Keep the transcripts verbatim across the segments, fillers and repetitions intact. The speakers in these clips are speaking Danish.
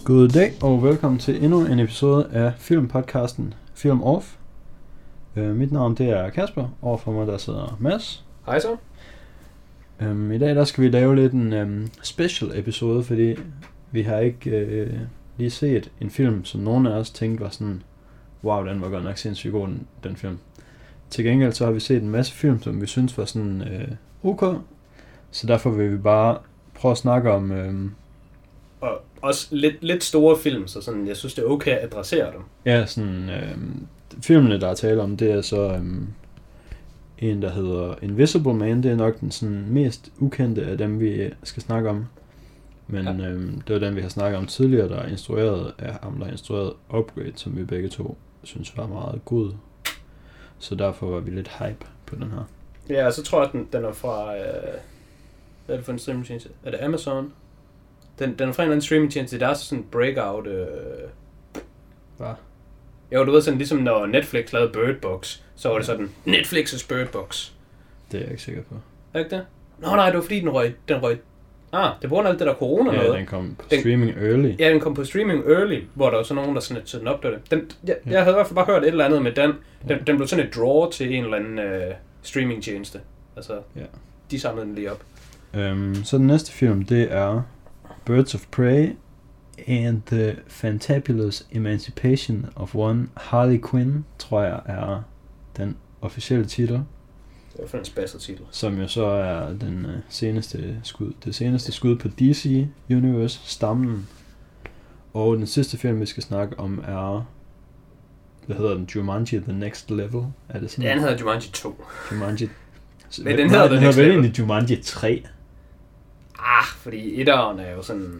God dag og velkommen til endnu en episode af filmpodcasten Film Off. Uh, mit navn det er Kasper, overfor mig der sidder Mads. Hej så. Um, I dag der skal vi lave lidt en um, special episode, fordi vi har ikke uh, lige set en film, som nogen af os tænkte var sådan, wow, den var godt nok sindssygt god, den, den film. Til gengæld så har vi set en masse film, som vi synes var sådan uh, ok, så derfor vil vi bare prøve at snakke om... Um, Og også lidt, lidt store film, så sådan, jeg synes, det er okay at adressere dem. Ja, sådan, øhm, filmene, der er tale om, det er så øhm, en, der hedder Invisible Man. Det er nok den sådan, mest ukendte af dem, vi skal snakke om. Men ja. øhm, det var den, vi har snakket om tidligere, der er instrueret af ham, der har instrueret Upgrade, som vi begge to synes var meget god. Så derfor var vi lidt hype på den her. Ja, og så tror jeg, at den, den er fra... Øh, hvad er det for en streamingtjeneste? Er det Amazon? Den, den er fra en eller anden streamingtjeneste, der er sådan en breakout... Øh... Hvad? Jo, du ved sådan, ligesom når Netflix lavede Bird Box, så var det sådan, Netflix's Bird Box. Det er jeg ikke sikker på. Er ikke det? Nå nej, det var fordi, den røg... Den røg... Ah, det var alt det der corona ja, noget. Ja, den kom på den, streaming early. Ja, den kom på streaming early, hvor der var så nogen, der sådan lidt den op til det. Den, jeg, ja. jeg havde i hvert fald bare hørt et eller andet med den. Den, ja. den blev sådan et draw til en eller anden øh, streamingtjeneste. Altså, ja. De samlede den lige op. Um, så den næste film, det er Birds of Prey and the Fantabulous Emancipation of One Harley Quinn, tror jeg er den officielle titel. Det er for en spændende titel. Som jo så er den uh, seneste skud, det seneste skud på D C Universe stammen. Og den sidste film vi skal snakke om er, hvad hedder den, Jumanji The Next Level. Er det sådan? Ja, den hedder Jumanji to. Jumanji. Men den hedder The Next Level. Den hedder Jumanji tre. Ah, fordi etteren er jo sådan...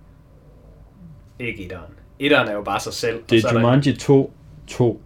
Ikke etteren. Etteren er jo bare sig selv. Det er Jumanji to to.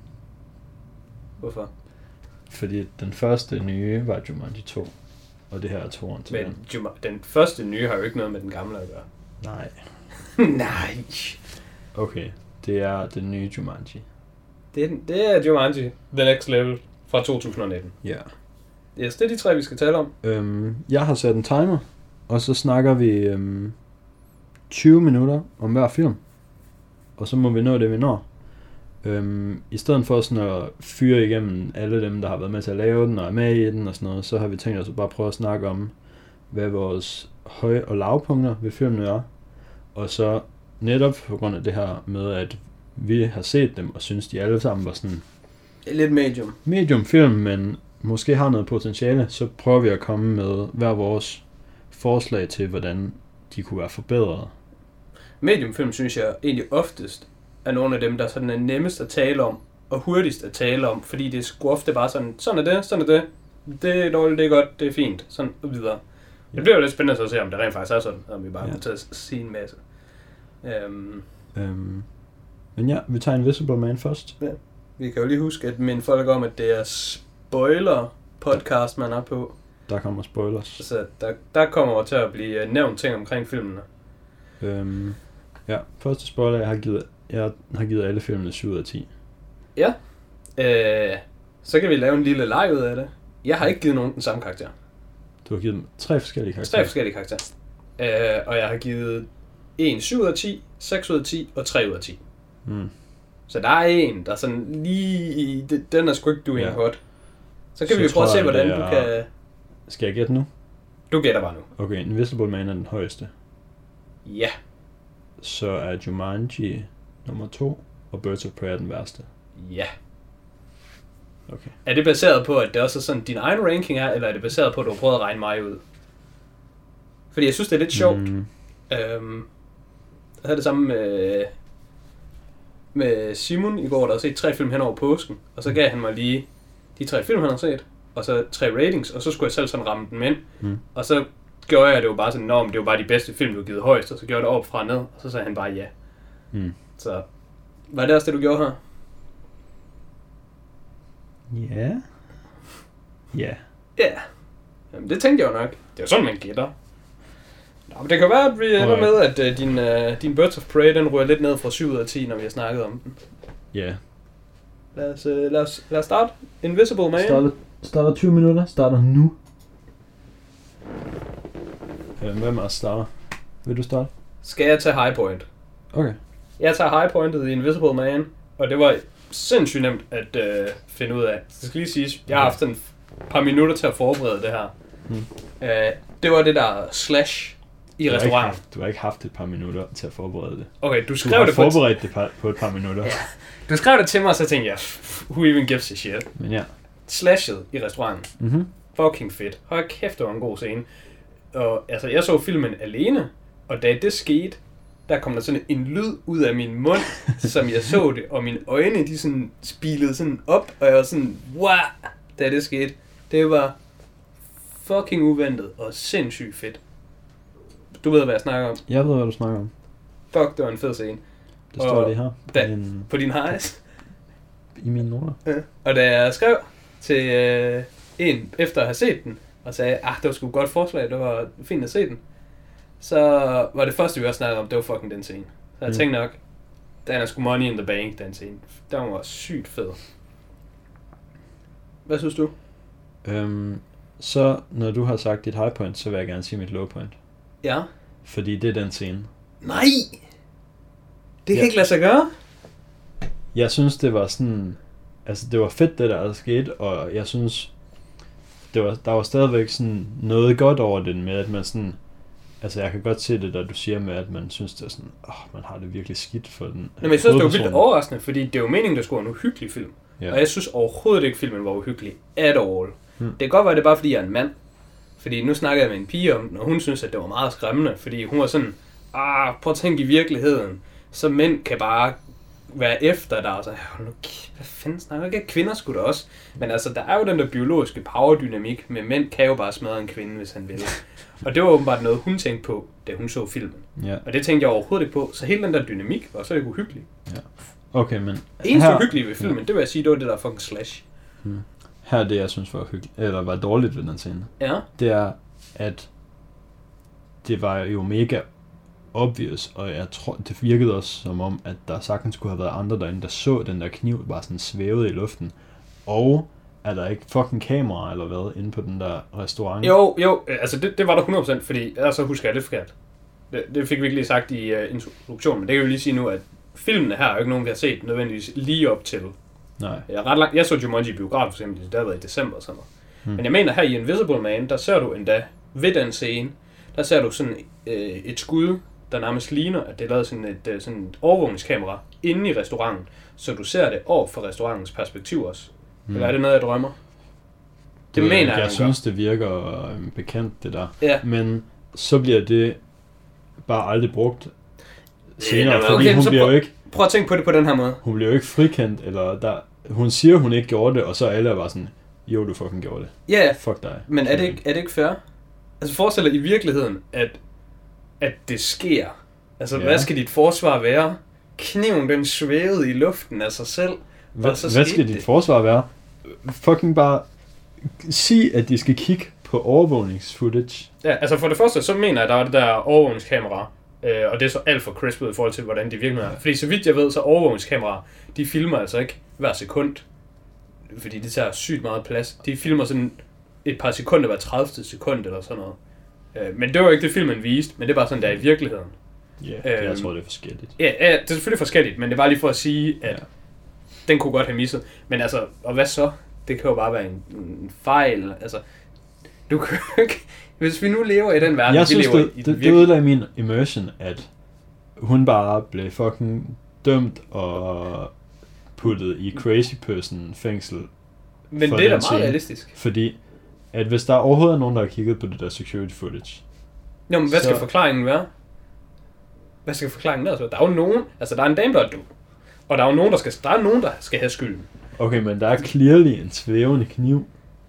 Hvorfor? Fordi den første nye var Jumanji to. Og det her er toeren til Men den. Juma- den første nye har jo ikke noget med den gamle at gøre. Nej. Nej. Okay, det er den nye Jumanji. Det er, det er Jumanji The Next Level fra to tusind nitten. Ja. Yes, det er de tre, vi skal tale om. Øhm, jeg har sat en timer. Og så snakker vi øhm, tyve minutter om hver film. Og så må vi nå det, vi når. Øhm, I stedet for sådan at fyre igennem alle dem, der har været med til at lave den og er med i den og sådan noget, så har vi tænkt os at bare prøve at snakke om, hvad vores høj- og lavpunkter ved filmen er. Og så netop på grund af det her med, at vi har set dem og synes, de alle sammen var sådan... Lidt medium. Medium film, men måske har noget potentiale, så prøver vi at komme med hver vores forslag til, hvordan de kunne være forbedret. Mediumfilm synes jeg egentlig oftest er nogle af dem, der sådan er nemmest at tale om, og hurtigst at tale om, fordi det er sgu ofte bare sådan, sådan er det, sådan er det, det er dårligt, det er godt, det er fint, sådan og videre. Ja. Det bliver jo lidt spændende så at se, om det rent faktisk er sådan, om vi bare ja. kan tage sige en masse. Um, øhm, men ja, vi tager Invisible Man først. Ja. Vi kan jo lige huske at minde folk om, at det er spoiler podcast, man er på. Der kommer spoilers. Så der, der kommer til at blive nævnt ting omkring filmene. Øhm, ja, første spoiler, jeg har givet, jeg har givet alle filmene syv ud af ti. Ja, øh, så kan vi lave en lille leg ud af det. Jeg har ikke givet nogen den samme karakter. Du har givet dem tre forskellige karakterer? Tre forskellige karakterer. Øh, og jeg har givet en syv ud af ti, seks ud af ti og tre ud af ti. Mm. Så der er en, der sådan lige... Den er sgu ikke doing ja. godt. Så kan så vi jo prøve tror, at se, hvordan er... du kan... Skal jeg gætte nu? Du gætter bare nu. Okay, Invisible Man er den højeste. Ja. Så er Jumanji nummer to, og Birds of Prey er den værste. Ja. Okay. Er det baseret på, at det også er sådan, din egen ranking er, eller er det baseret på, at du har prøvet at regne mig ud? Fordi jeg synes, det er lidt sjovt. Mm. Øhm, jeg havde det samme med, med Simon i går, der har set tre film hen over påsken, og så gav han mig lige de tre film, han har set, og så tre ratings, og så skulle jeg selv sådan ramme dem ind. Mm. Og så gjorde jeg det jo bare sådan, nå, men det var bare de bedste film, du har givet højst, og så gjorde jeg det op fra og ned, og så sagde han bare ja. Mm. Så var det også det, du gjorde her? Ja. Ja. Ja. Jamen, det tænkte jeg jo nok. Det er jo sådan, man gætter. Nå, men det kan være, at vi ender med, at uh, din, uh, din Birds of Prey, den ryger lidt ned fra syv ud af ti, når vi har snakket om den. Ja. Yeah. Lad os, uh, lad os, lad os starte. Invisible Man. Starter, starter tyve minutter. Starter nu. Hvem er at starte? Vil du starte? Skal jeg tage High Point? Okay. Jeg tager high pointet i Invisible Man, og det var sindssygt nemt at øh, finde ud af. Det skal lige siges, jeg har haft en par minutter til at forberede det her. Hmm. Øh, det var det der slash i du restauranten. Haft, du har ikke haft et par minutter til at forberede det. Okay, du skrev du har det forberedt på et... det på et par minutter. Ja. Du skrev det til mig, og så tænkte jeg, who even gives a shit? Men ja. Slashet i restauranten. Mm-hmm. Fucking fedt. Hold kæft, det var en god scene. Og altså, jeg så filmen alene, og da det skete, der kom der sådan en lyd ud af min mund, som jeg så det, og mine øjne, de sådan spilede sådan op, og jeg var sådan, wow, da det skete. Det var fucking uventet og sindssygt fedt. Du ved, hvad jeg snakker om. Jeg ved, hvad du snakker om. Fuck, det var en fed scene. Det står og det her. På, da, din... på din highs. I mine noter. Ja. Og da jeg skrev til øh, en, efter at have set den, og sagde, ah, det var sgu et godt forslag, det var fint at se den, så var det første, vi også snakkede om, det var fucking den scene. Så jeg mm. tænkte nok, den er sgu money in the bank, den scene. Den var sygt fed. Hvad synes du? Øhm, så når du har sagt dit high point, så vil jeg gerne sige mit low point. Ja. Fordi det er den scene. Nej! Det kan ja. ikke lade sig gøre? Jeg synes, det var sådan... Altså, det var fedt, det der, der skete, og jeg synes... Det var, der var stadigvæk sådan noget godt over det med, at man sådan... Altså, jeg kan godt se det, der du siger med, at man synes, det er sådan... Åh, oh, man har det virkelig skidt for den... Nå, men jeg synes, det var vildt overraskende, fordi det er jo meningen, der skulle være en uhyggelig film. Ja. Og jeg synes overhovedet ikke, filmen var uhyggelig at all. Hmm. Det kan godt være, det er bare, fordi jeg er en mand. Fordi nu snakkede jeg med en pige om den, og hun synes, at det var meget skræmmende, fordi hun var sådan... Ah, prøv at tænke i virkeligheden. Så mænd kan bare være efter dig, og så... Hvad fanden snakker ikke? Kvinder skulle da også. Men altså, der er jo den der biologiske powerdynamik, med mænd kan jo bare smadre en kvinde, hvis han vil. Og det var åbenbart noget, hun tænkte på, da hun så filmen. Ja. Og det tænkte jeg overhovedet ikke på. Så hele den der dynamik var så ikke uhyggelig. Ja. Okay, men... Eneste her... uhyggelige ved filmen, ja. det vil jeg sige, det var det der fucking slash. Hmm. Her er det, jeg synes var uhyggeligt, eller var dårligt ved den scene. Ja. Det er, at det var jo mega obvious, og jeg tror, det virkede også som om, at der sagtens skulle have været andre derinde, der så den der kniv bare sådan svævede i luften. Og er der ikke fucking kamera eller hvad inde på den der restaurant? Jo, jo, altså det, det var der hundrede procent, fordi ellers så husker jeg det forkert. Det, det fik vi ikke lige sagt i uh, introduktionen, men det kan vi lige sige nu, at filmene her er jo ikke nogen, vi har set nødvendigvis lige op til. Nej. Jeg, ret lang, jeg så Jumanji i biograf for eksempel, det har været i december og sådan noget. Hmm. Men jeg mener her i Invisible Man, der ser du endda ved den scene, der ser du sådan øh, et skud, der nærmest ligner, at det er lavet sådan et, sådan et overvågningskamera inde i restauranten, så du ser det over fra restaurantens perspektiv også. Hmm. Eller er det noget, jeg drømmer? Det, det mener jeg, jeg synes, gør. Det virker bekendt, det der. Ja. Men så bliver det bare aldrig brugt senere, ja, fordi okay, hun bliver prøv, jo ikke... Prøv at tænke på det på den her måde. Hun bliver jo ikke frikendt, eller der... Hun siger, hun ikke gjorde det, og så alle er bare sådan, jo, du fucking gjorde det. Ja, yeah, fuck dig. Men er det, ikke, er det ikke fair? Altså forestil dig i virkeligheden, at, at det sker. Altså, ja. Hvad skal dit forsvar være? Kniven, den svævede i luften af sig selv. Hvad, så hvad skal dit det. forsvar være? Fucking bare sig, at de skal kigge på overvågningsfootage. Ja, altså for det første, så mener jeg, at der er det der overvågningskamera, øh, og det er så alt for crispet i forhold til, hvordan de virkelig er. Fordi så vidt jeg ved, så overvågningskameraer, de filmer altså ikke hver sekund, fordi det tager sygt meget plads. De filmer sådan et par sekunder hver tredivte sekund eller sådan noget. Øh, men det var jo ikke det, filmen viste, men det er bare sådan, der i virkeligheden. Ja, yeah, jeg tror, det er forskelligt. Ja, ja, det er selvfølgelig forskelligt, men det var lige for at sige, at ja. Den kunne godt have misset. Men altså, og hvad så? Det kan jo bare være en, en fejl. Altså, du kan ikke... Hvis vi nu lever i den verden, jeg vi synes, lever det, i... det, det ødelagde min immersion, at hun bare blev fucking dømt og puttet i crazy person fængsel. Men det er da meget scene. Realistisk. Fordi, at hvis der overhovedet er nogen, der har kigget på det der security footage... Jo, men hvad så... skal forklaringen være? Hvad skal forklaringen være? Der er jo nogen... Altså, der er en dame, der er dum. Og der er jo nogen, der skal, der er nogen, der skal have skylden. Okay, men der er clearly en svævende kniv.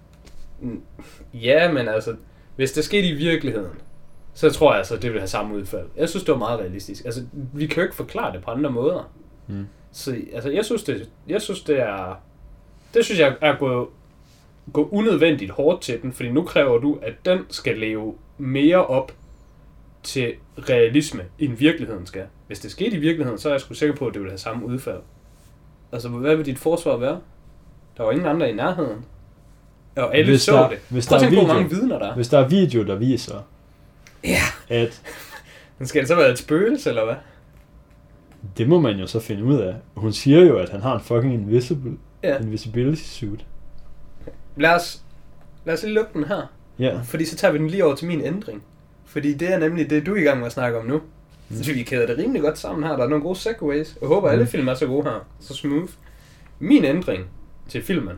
Ja, men altså, hvis det skete i virkeligheden, så tror jeg altså, det vil have samme udfald. Jeg synes, det var meget realistisk. Altså, vi kan jo ikke forklare det på andre måder. Hmm. Så altså, jeg synes, det, jeg synes, det er... Det synes jeg er gået, gået unødvendigt hårdt til den, fordi nu kræver du, at den skal leve mere op til realisme, end virkeligheden skal. Hvis det skete i virkeligheden, så er jeg sgu sikker på, at det vil have samme udfald. Altså, hvad vil dit forsvar være? Der var ingen andre i nærheden. Og alle hvis så der, det. Hvis Prøv at tænke på, hvor mange vidner der er. Hvis der er video, der viser, ja. at... Men skal det så være et spøgelse, eller hvad? det må man jo så finde ud af. Hun siger jo, at han har en fucking invisible, Ja. invisibility suit. Lad os, lad os lige lukke den her. Ja. Fordi så tager vi den lige over til min ændring. Fordi det er nemlig det, du er i gang med at snakke om nu. Mm. Så vi kæder det rimelig godt sammen her. Der er nogle gode segways. Jeg håber, mm. alle film er så gode her. Så smooth. Min ændring til filmen,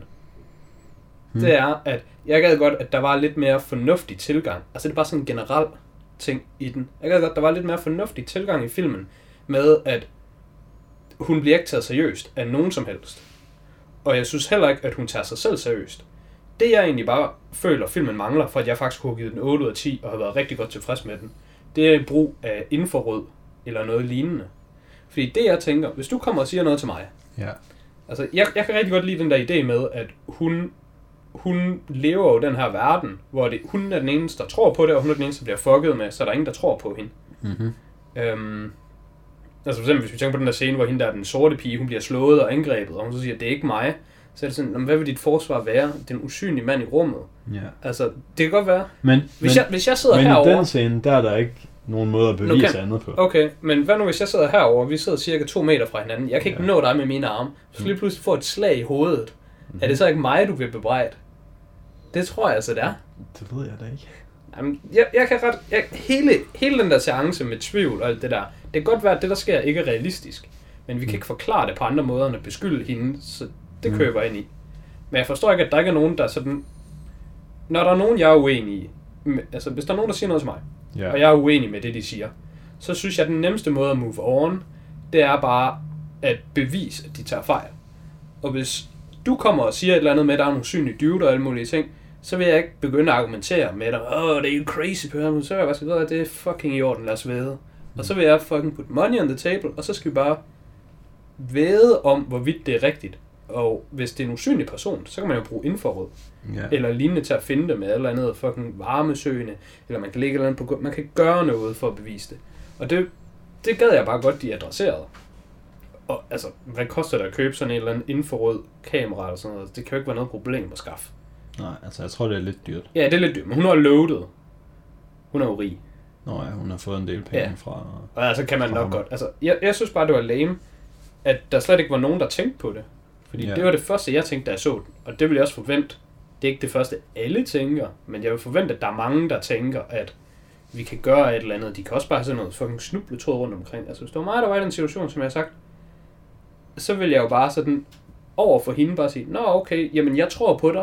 mm. det er, at jeg gad godt, at der var lidt mere fornuftig tilgang. Altså det er bare sådan en generel ting i den. Jeg gad godt, at der var lidt mere fornuftig tilgang i filmen. Med at hun bliver ikke taget seriøst af nogen som helst. Og jeg synes heller ikke, at hun tager sig selv seriøst. Det jeg egentlig bare føler, filmen mangler, for at jeg faktisk kunne have givet den otte ud af ti, og har været rigtig godt tilfreds med den, det er brug af infrarød, eller noget lignende. Fordi det jeg tænker, hvis du kommer og siger noget til mig, ja. altså jeg, jeg kan rigtig godt lide den der idé med, at hun, hun lever jo den her verden, hvor det, hun er den eneste, der tror på det, og hun er den eneste, der bliver fucket med, så der er ingen, der tror på hende. Mm-hmm. Øhm, altså for eksempel, hvis vi tænker på den der scene, hvor hende der er den sorte pige, hun bliver slået og angrebet, og hun så siger, det er ikke mig. Så er det sådan, hvad vil dit forsvar være? Den usynlige mand i rummet. Ja. Altså, det kan godt være. Men, hvis, men, jeg, hvis jeg sidder men herovre... Men i den scene, der er der ikke nogen måde at bevise okay. andet på. Okay, men hvad nu hvis jeg sidder herover, vi sidder cirka to meter fra hinanden. Jeg kan ikke ja. nå dig med mine arme. Så lige pludselig får et slag i hovedet. Mm-hmm. Er det så ikke mig, du vil bebrejde? Det tror jeg altså, det er. Det ved jeg da ikke. Jamen, jeg, jeg kan ret... Jeg, hele, hele den der seance med tvivl og alt det der, det kan godt være, at det der sker ikke er realistisk. Men vi kan ikke forklare det på andre måder, end at beskylde hende, så det mm. køber jeg ind i. Men jeg forstår ikke, at der ikke er nogen, der sådan... Når der er nogen, jeg er uenig i... Altså, hvis der er nogen, der siger noget til mig, yeah. og jeg er uenig med det, de siger, så synes jeg, at den nemmeste måde at move on, det er bare at bevise, at de tager fejl. Og hvis du kommer og siger et eller andet med, at der er nogle synlige dyvder og alle mulige ting, så vil jeg ikke begynde at argumentere med dig. Åh, oh, det er jo crazy på ham. Så er jeg bare sige, at det er fucking i orden, lad os væde. Mm. Og så vil jeg fucking put money on the table, og så skal vi bare væde om, hvorvidt det er rigtigt. Og hvis det er en usynlig person, så kan man jo bruge infrarød. Yeah. Eller lignende til at finde det med et eller andet fucking varmesøgende. Eller man kan lægge et eller andet på... Man kan gøre noget for at bevise det. Og det, det gad jeg bare godt, de adresserede. Og altså, hvad koster det at købe sådan en eller anden infrarød kamera eller sådan noget? Det kan jo ikke være noget problem at skaffe. Nej, altså jeg tror, det er lidt dyrt. Ja, det er lidt dyrt, men hun har loadet. Hun er jo rig. Nå ja, hun har fået en del penge ja. fra... Og altså kan man nok ham. godt... Altså, jeg, jeg synes bare, det var lame, at der slet ikke var nogen, der tænkte på det. Fordi yeah. det var det første, jeg tænkte, da jeg så den. Og det vil jeg også forvente. Det er ikke det første, alle tænker. Men jeg vil forvente, at der er mange, der tænker, at vi kan gøre et eller andet. De kan også bare have sådan noget fucking snubletråd rundt omkring. Altså hvis det var mig, der var i den situation, som jeg har sagt, så vil jeg jo bare sådan over for hende bare sige, nå okay, jamen jeg tror på dig.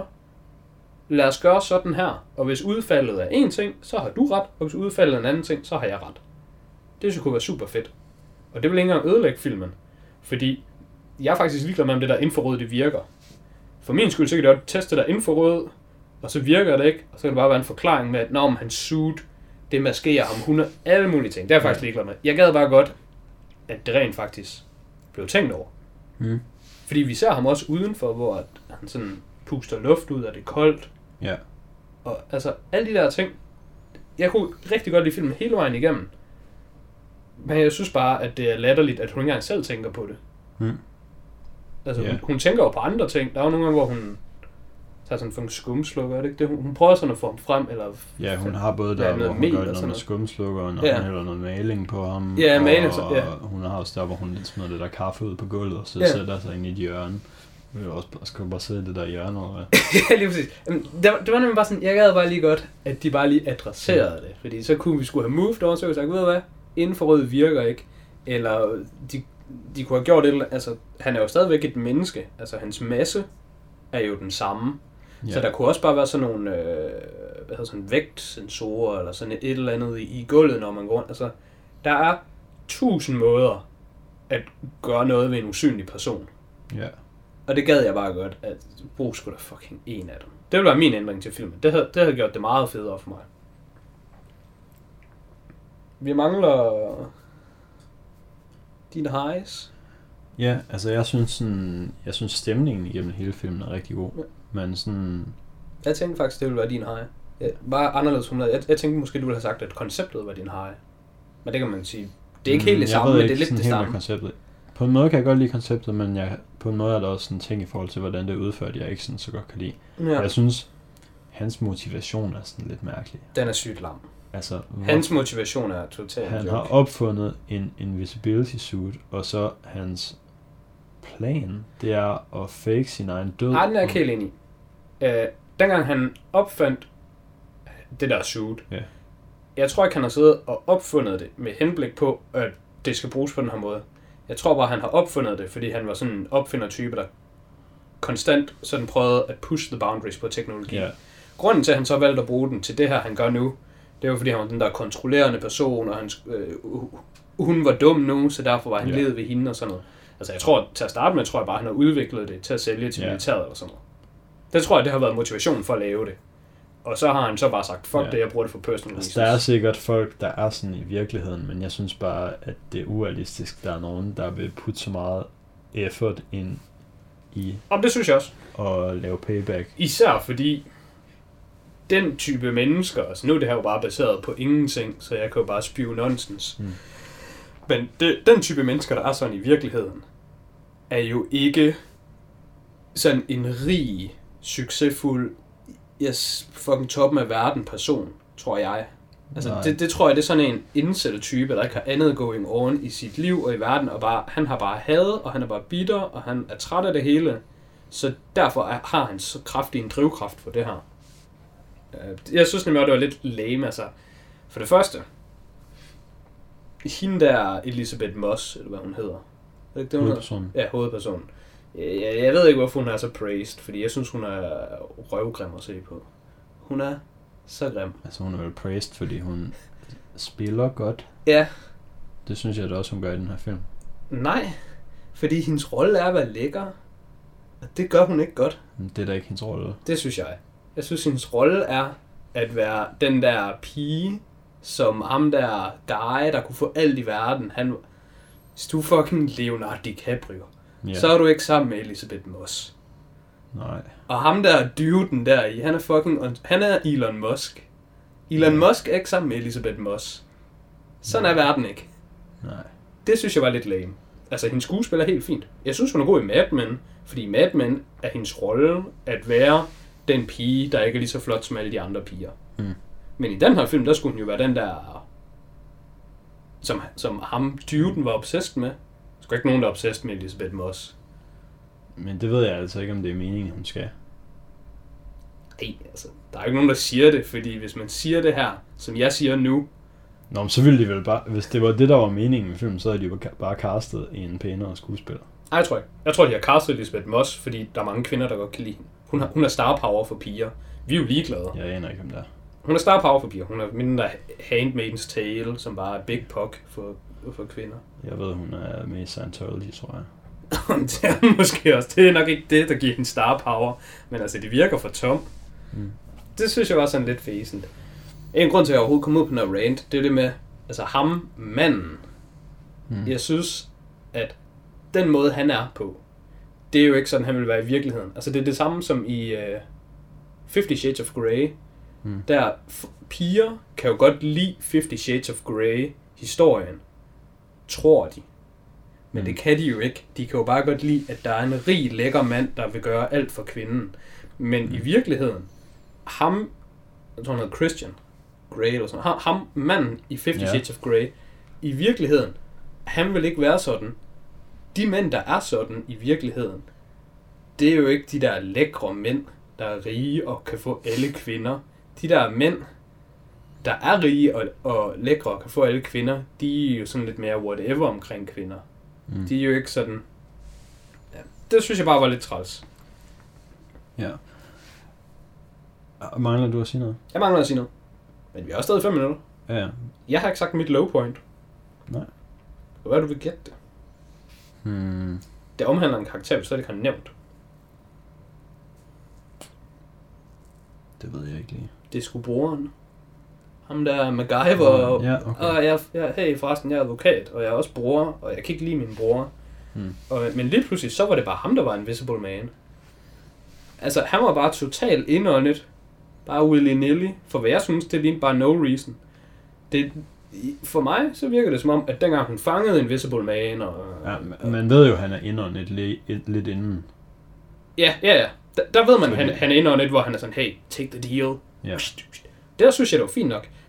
Lad os gøre sådan her. Og hvis udfaldet er en ting, så har du ret. Og hvis udfaldet er en anden ting, så har jeg ret. Det synes jeg kunne være super fedt. Og det vil ikke engang ødelægge filmen. Fordi jeg er faktisk ligeglad med, om det der infrarød, det virker. For min skyld, så kan det også teste der infrarød, og så virker det ikke, og så kan det bare være en forklaring med, at når hans suit, det maskerer ham hundrede, alle mulige ting. Det er jeg faktisk ligeglad med. Jeg gad bare godt, at det rent faktisk blev tænkt over. Mm. Fordi vi ser ham også udenfor, hvor han sådan puster luft ud, og det er koldt. Ja. Og altså, alle de der ting, jeg kunne rigtig godt lide filmen hele vejen igennem. Men jeg synes bare, at det er latterligt, at hun ikke engang selv tænker på det. Mm. Altså, yeah. hun, hun tænker jo på andre ting. Der er jo nogle gange, hvor hun tager sådan en skumslukker, er det ikke det? Hun, hun prøver sådan at få ham frem, eller... Ja, hun har både der, hvor hun gør noget med skumslukkeren, og ja. hun hælder noget maling på ham. Ja, maling, og, ja. og hun har også der, hvor hun lidt smider det der kaffe ud på gulvet, og så ja. sætter sig ind i et hjørne. Jeg vil også bare, skal bare sidde det der hjørne, eller hvad? Ja, lige præcis. Jamen, det, var, det var nemlig bare sådan, jeg gad bare lige godt, at de bare lige adresserede mm. det. Fordi så kunne vi skulle have moved over, så kunne vi sagt, ved du hvad, infrarød virker ikke. Eller de, de kunne have gjort det, altså han er jo stadigvæk et menneske. Altså hans masse er jo den samme. Ja. Så der kunne også bare være sådan nogle øh, hvad hedder sådan vægtsensorer, eller sådan et, et eller andet i, i gulvet, når man går rundt. Altså, der er tusind måder at gøre noget ved en usynlig person. Ja. Og det gad jeg bare godt, at brug skulle da fucking en af dem. Det ville være min ændring til filmen. Det havde, det havde gjort det meget federe for mig. Vi mangler dine highs. Ja, altså jeg synes sådan, jeg synes stemningen igennem hele filmen er rigtig god. Ja. Men sådan... Jeg tænkte faktisk, det ville være din high. Ja, bare anderledes hundrede. Jeg, jeg tænkte måske, du ville have sagt, at konceptet var din high. Men det kan man sige. Det er ikke helt det samme, men det er lidt det samme. Konceptet. På en måde kan jeg godt lide konceptet, men jeg, på en måde er der også sådan ting i forhold til, hvordan det er udført, jeg ikke sådan så godt kan lide. Ja. Jeg synes, hans motivation er sådan lidt mærkelig. Den er sygt lam. altså... Hans motivation er totalt Han joke. har opfundet en invisibility suit, og så hans plan, det er at fake sin egen død. Nej, den er jeg ikke helt enig i. Øh, dengang han opfandt det der suit, ja. jeg tror ikke, han har siddet og opfundet det med henblik på, at det skal bruges på den her måde. Jeg tror bare, han har opfundet det, fordi han var sådan en opfindertype, der konstant sådan prøvede at push the boundaries på teknologi. Ja. Grunden til, at han så valgte at bruge den til det her, han gør nu, det var, fordi han var den der kontrollerende person, og han, øh, hun var dum nu, så derfor var han ja. ledet ved hende og sådan noget. Altså jeg tror, til at starte med, tror jeg bare, han har udviklet det til at sælge til ja. militæret eller sådan noget. Det tror jeg, det har været motivationen for at lave det. Og så har han så bare sagt, fuck ja. det, jeg bruger det for personal altså, der er sikkert folk, der er sådan i virkeligheden, men jeg synes bare, at det er urealistisk. Der er nogen, der vil putte så meget effort ind i Om det synes jeg også. at lave payback. Især fordi den type mennesker, altså nu er det her jo bare baseret på ingenting, så jeg kan jo bare spyve nonsens. Mm. Men det, den type mennesker, der er sådan i virkeligheden, er jo ikke sådan en rig, succesfuld, yes, fucking toppen af verden person, tror jeg. Altså det, det tror jeg, det er sådan en indsættertype, der ikke har andet going on i sit liv og i verden, og bare, han har bare had, og han er bare bitter, og han er træt af det hele. Så derfor er, har han så kraftig en drivkraft for det her. Jeg synes nemlig, at det var lidt lame, altså. For det første, hende der Elisabeth Moss, eller hvad hun hedder. Er det ikke det, hun hovedpersonen. hedder? Ja, hovedpersonen. Jeg, jeg ved ikke, hvorfor hun er så praised, fordi jeg synes, hun er røvgrim at se på. Hun er så grim. Altså hun er vel praised, fordi hun spiller godt. Ja. Det synes jeg da også, hun gør i den her film. Nej, fordi hendes rolle er at være lækker. Og det gør hun ikke godt. Det er da ikke hendes rolle. Det synes jeg. Jeg synes, hendes rolle er at være den der pige, som ham der guy, der kunne få alt i verden. Han, hvis du fucking Leonardo DiCaprio, yeah. så er du ikke sammen med Elisabeth Moss. Nej. Og ham der duden der i, han er fucking, han er Elon Musk. Elon yeah. Musk er ikke sammen med Elisabeth Moss. Sådan Nej. er verden ikke. Nej. Det synes jeg var lidt lame. Altså, hendes skuespil er helt fint. Jeg synes, hun er god i Mad Men, fordi Mad Men er hendes rolle at være den pige, der ikke er lige så flot som alle de andre piger. Mm. Men i den her film, der skulle hun jo være den der, som, som ham, duden, var obsessed med. Der skulle ikke nogen, der er obsessed med Elisabeth Moss. Men det ved jeg altså ikke, om det er meningen, hun skal. Nej, altså, der er ikke nogen, der siger det, fordi hvis man siger det her, som jeg siger nu... Nå, men så ville de vel bare... Hvis det var det, der var meningen med filmen, så havde de jo bare castet en pænere skuespiller. Nej, jeg tror ikke. Jeg tror, de har castet Elisabeth Moss, fordi der er mange kvinder, der godt kan lide hende. Hun har, hun er star power for piger. Vi er jo ligeglade. Jeg aner ikke, om det er. Hun er star power for piger. Hun er mindre Handmaid's Tale, som bare er big pop for, for kvinder. Jeg ved, hun er med i Scientology, tror jeg. Det er måske også. Det er nok ikke det, der giver hende star power. Men altså, det virker for tom. Mm. Det synes jeg var sådan lidt fæsent. En grund til, at jeg overhovedet kom ud på den her rant, det er det med, altså ham, manden. Mm. Jeg synes, at den måde, han er på, det er jo ikke sådan, han vil være i virkeligheden. Altså, det er det samme som i uh, Fifty Shades of Grey. Mm. Der f- piger kan jo godt lide Fifty Shades of Grey historien, tror de. Men mm. det kan de jo ikke. De kan jo bare godt lide, at der er en rig, lækker mand, der vil gøre alt for kvinden. Men mm. i virkeligheden, ham, jeg tror han hedder Christian Grey eller sådan ham, ham manden i Fifty yeah. Shades of Grey, i virkeligheden, han vil ikke være sådan. De mænd, der er sådan i virkeligheden, det er jo ikke de der lækre mænd, der er rige og kan få alle kvinder. De der mænd, der er rige og, og lækre og kan få alle kvinder, de er jo sådan lidt mere whatever omkring kvinder. Mm. De er jo ikke sådan... Ja, det synes jeg bare var lidt træls. Ja. Mangler du at sige noget? Jeg mangler at sige noget. Men vi er også stadig fem minutter. Ja, ja. Jeg har ikke sagt mit low point. Nej. Hvad er du vil gætte det? Hmm. Det omhandler en karakter, vi slet ikke har nævnt. Det ved jeg ikke lige. Det er sgu broren. Ham der MacGyver. Og, ja, okay. og jeg, jeg, hey forresten, jeg er advokat, og jeg er også bror, og jeg kan ikke lide min bror. Hmm. Og, men lige pludselig, så var det bare ham, der var Invisible Man. Altså, han var bare totalt indåndet. Bare willy-nilly. For hvad jeg synes, det lignede bare no reason. Det, for mig, så virker det som om, at dengang hun fangede Invisible Man, og... Ja, man ved jo, at han er indåndet lidt, lidt inden. Ja, ja, ja. Der, der ved man, at han, han er indåndet, hvor han er sådan, hey, take the deal. Ja. Der synes jeg, det var fint nok.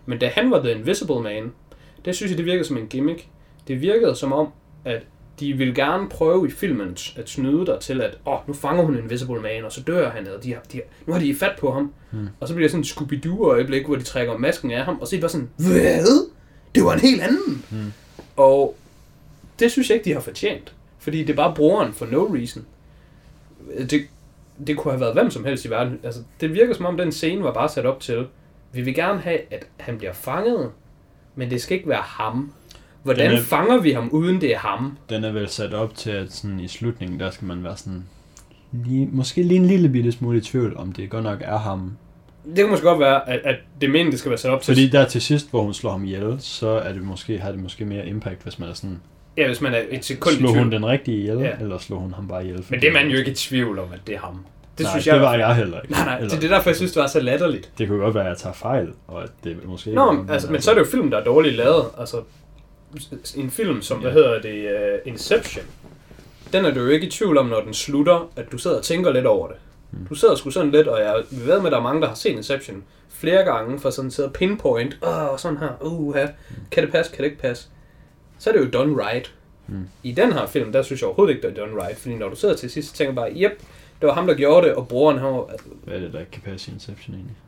Men da han var The Invisible Man, det synes jeg, det virkede som en gimmick. Det virkede som om, at de ville gerne prøve i filmen at snyde dig til, at åh, oh, nu fanger hun Invisible Man, og så dør han, og de har, de har, nu har de fat på ham. Hmm. Og så bliver det sådan en Scooby-Doo-øjeblik, hvor de trækker masken af ham, og så er de bare sådan, hvad? Det var en helt anden! Hmm. Og det synes jeg ikke, de har fortjent. Fordi det er bare broren for no reason. Det, det kunne have været hvem som helst i verden. Altså, det virker som om, den scene var bare sat op til, vi vil gerne have, at han bliver fanget, men det skal ikke være ham. Hvordan er, fanger vi ham, uden det er ham? Den er vel sat op til, at sådan i slutningen, der skal man være sådan, lige, måske lige en lille bitte smule i tvivl, om det godt nok er ham. Det kan måske godt være, at, at det meningen, det skal være sat op til. Fordi der til sidst, hvor hun slår ham ihjel, så er det måske, har det måske mere impact, hvis man er sådan... Ja, hvis man er et sekund i tvivl. Slår hun den rigtige ihjel, ja. Eller slår hun ham bare ihjel? Men det er man jo ikke i tvivl om, at det er ham. Det nej, synes det jeg var jeg heller ikke. Nej, nej, det er det derfor, jeg synes, det var så latterligt. Det kunne godt være, at jeg tager fejl, og at det måske... Nå, men, altså, men så er det jo film, der er dårligt lavet. Altså, en film som, ja. hvad hedder det, uh, Inception, den er du jo ikke i tvivl om, når den slutter, at du sidder og tænker lidt over det. Hmm. Du sidder sgu sådan lidt, og jeg ved med, at der er mange, der har set Inception flere gange, for sådan at sidde og pinpoint, åh, sådan her, uh, hmm. kan det passe, kan det ikke passe? Så er det jo done right. Hmm. I den her film, der synes jeg overhovedet ikke, det er done right, fordi når du sidder til sidst, så tænker bare, yep, det var ham, der gjorde det, og broren her... Altså, hvad er det, der ikke kan passe i Inception egentlig?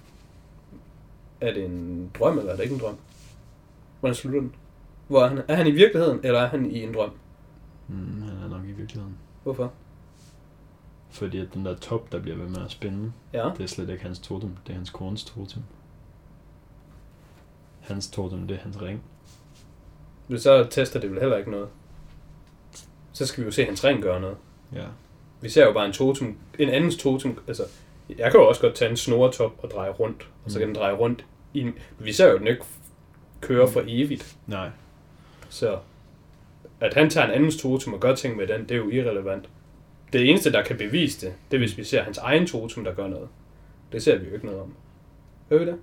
Er det en drøm, eller er det ikke en drøm? Hvordan slutter den? Hvor er han? Er han i virkeligheden, eller er han i en drøm? Mm, han er nok i virkeligheden. Hvorfor? Fordi at den der top, der bliver ved med at spænde, ja. Det er slet ikke hans totem, det er hans kones totem. Hans totem, det er hans ring. Men så tester det vel heller ikke noget. Så skal vi jo se hans ring gøre noget. Ja. Vi ser jo bare en totem, en andens totem, altså, jeg kan jo også godt tage en snoretop og dreje rundt, og så kan den dreje rundt i, vi ser jo den ikke køre for evigt. Nej. Så, at han tager en andens totem og gør ting med den, det er jo irrelevant. Det eneste, der kan bevise det, det er hvis vi ser hans egen totem, der gør noget. Det ser vi jo ikke noget om. Hører vi det?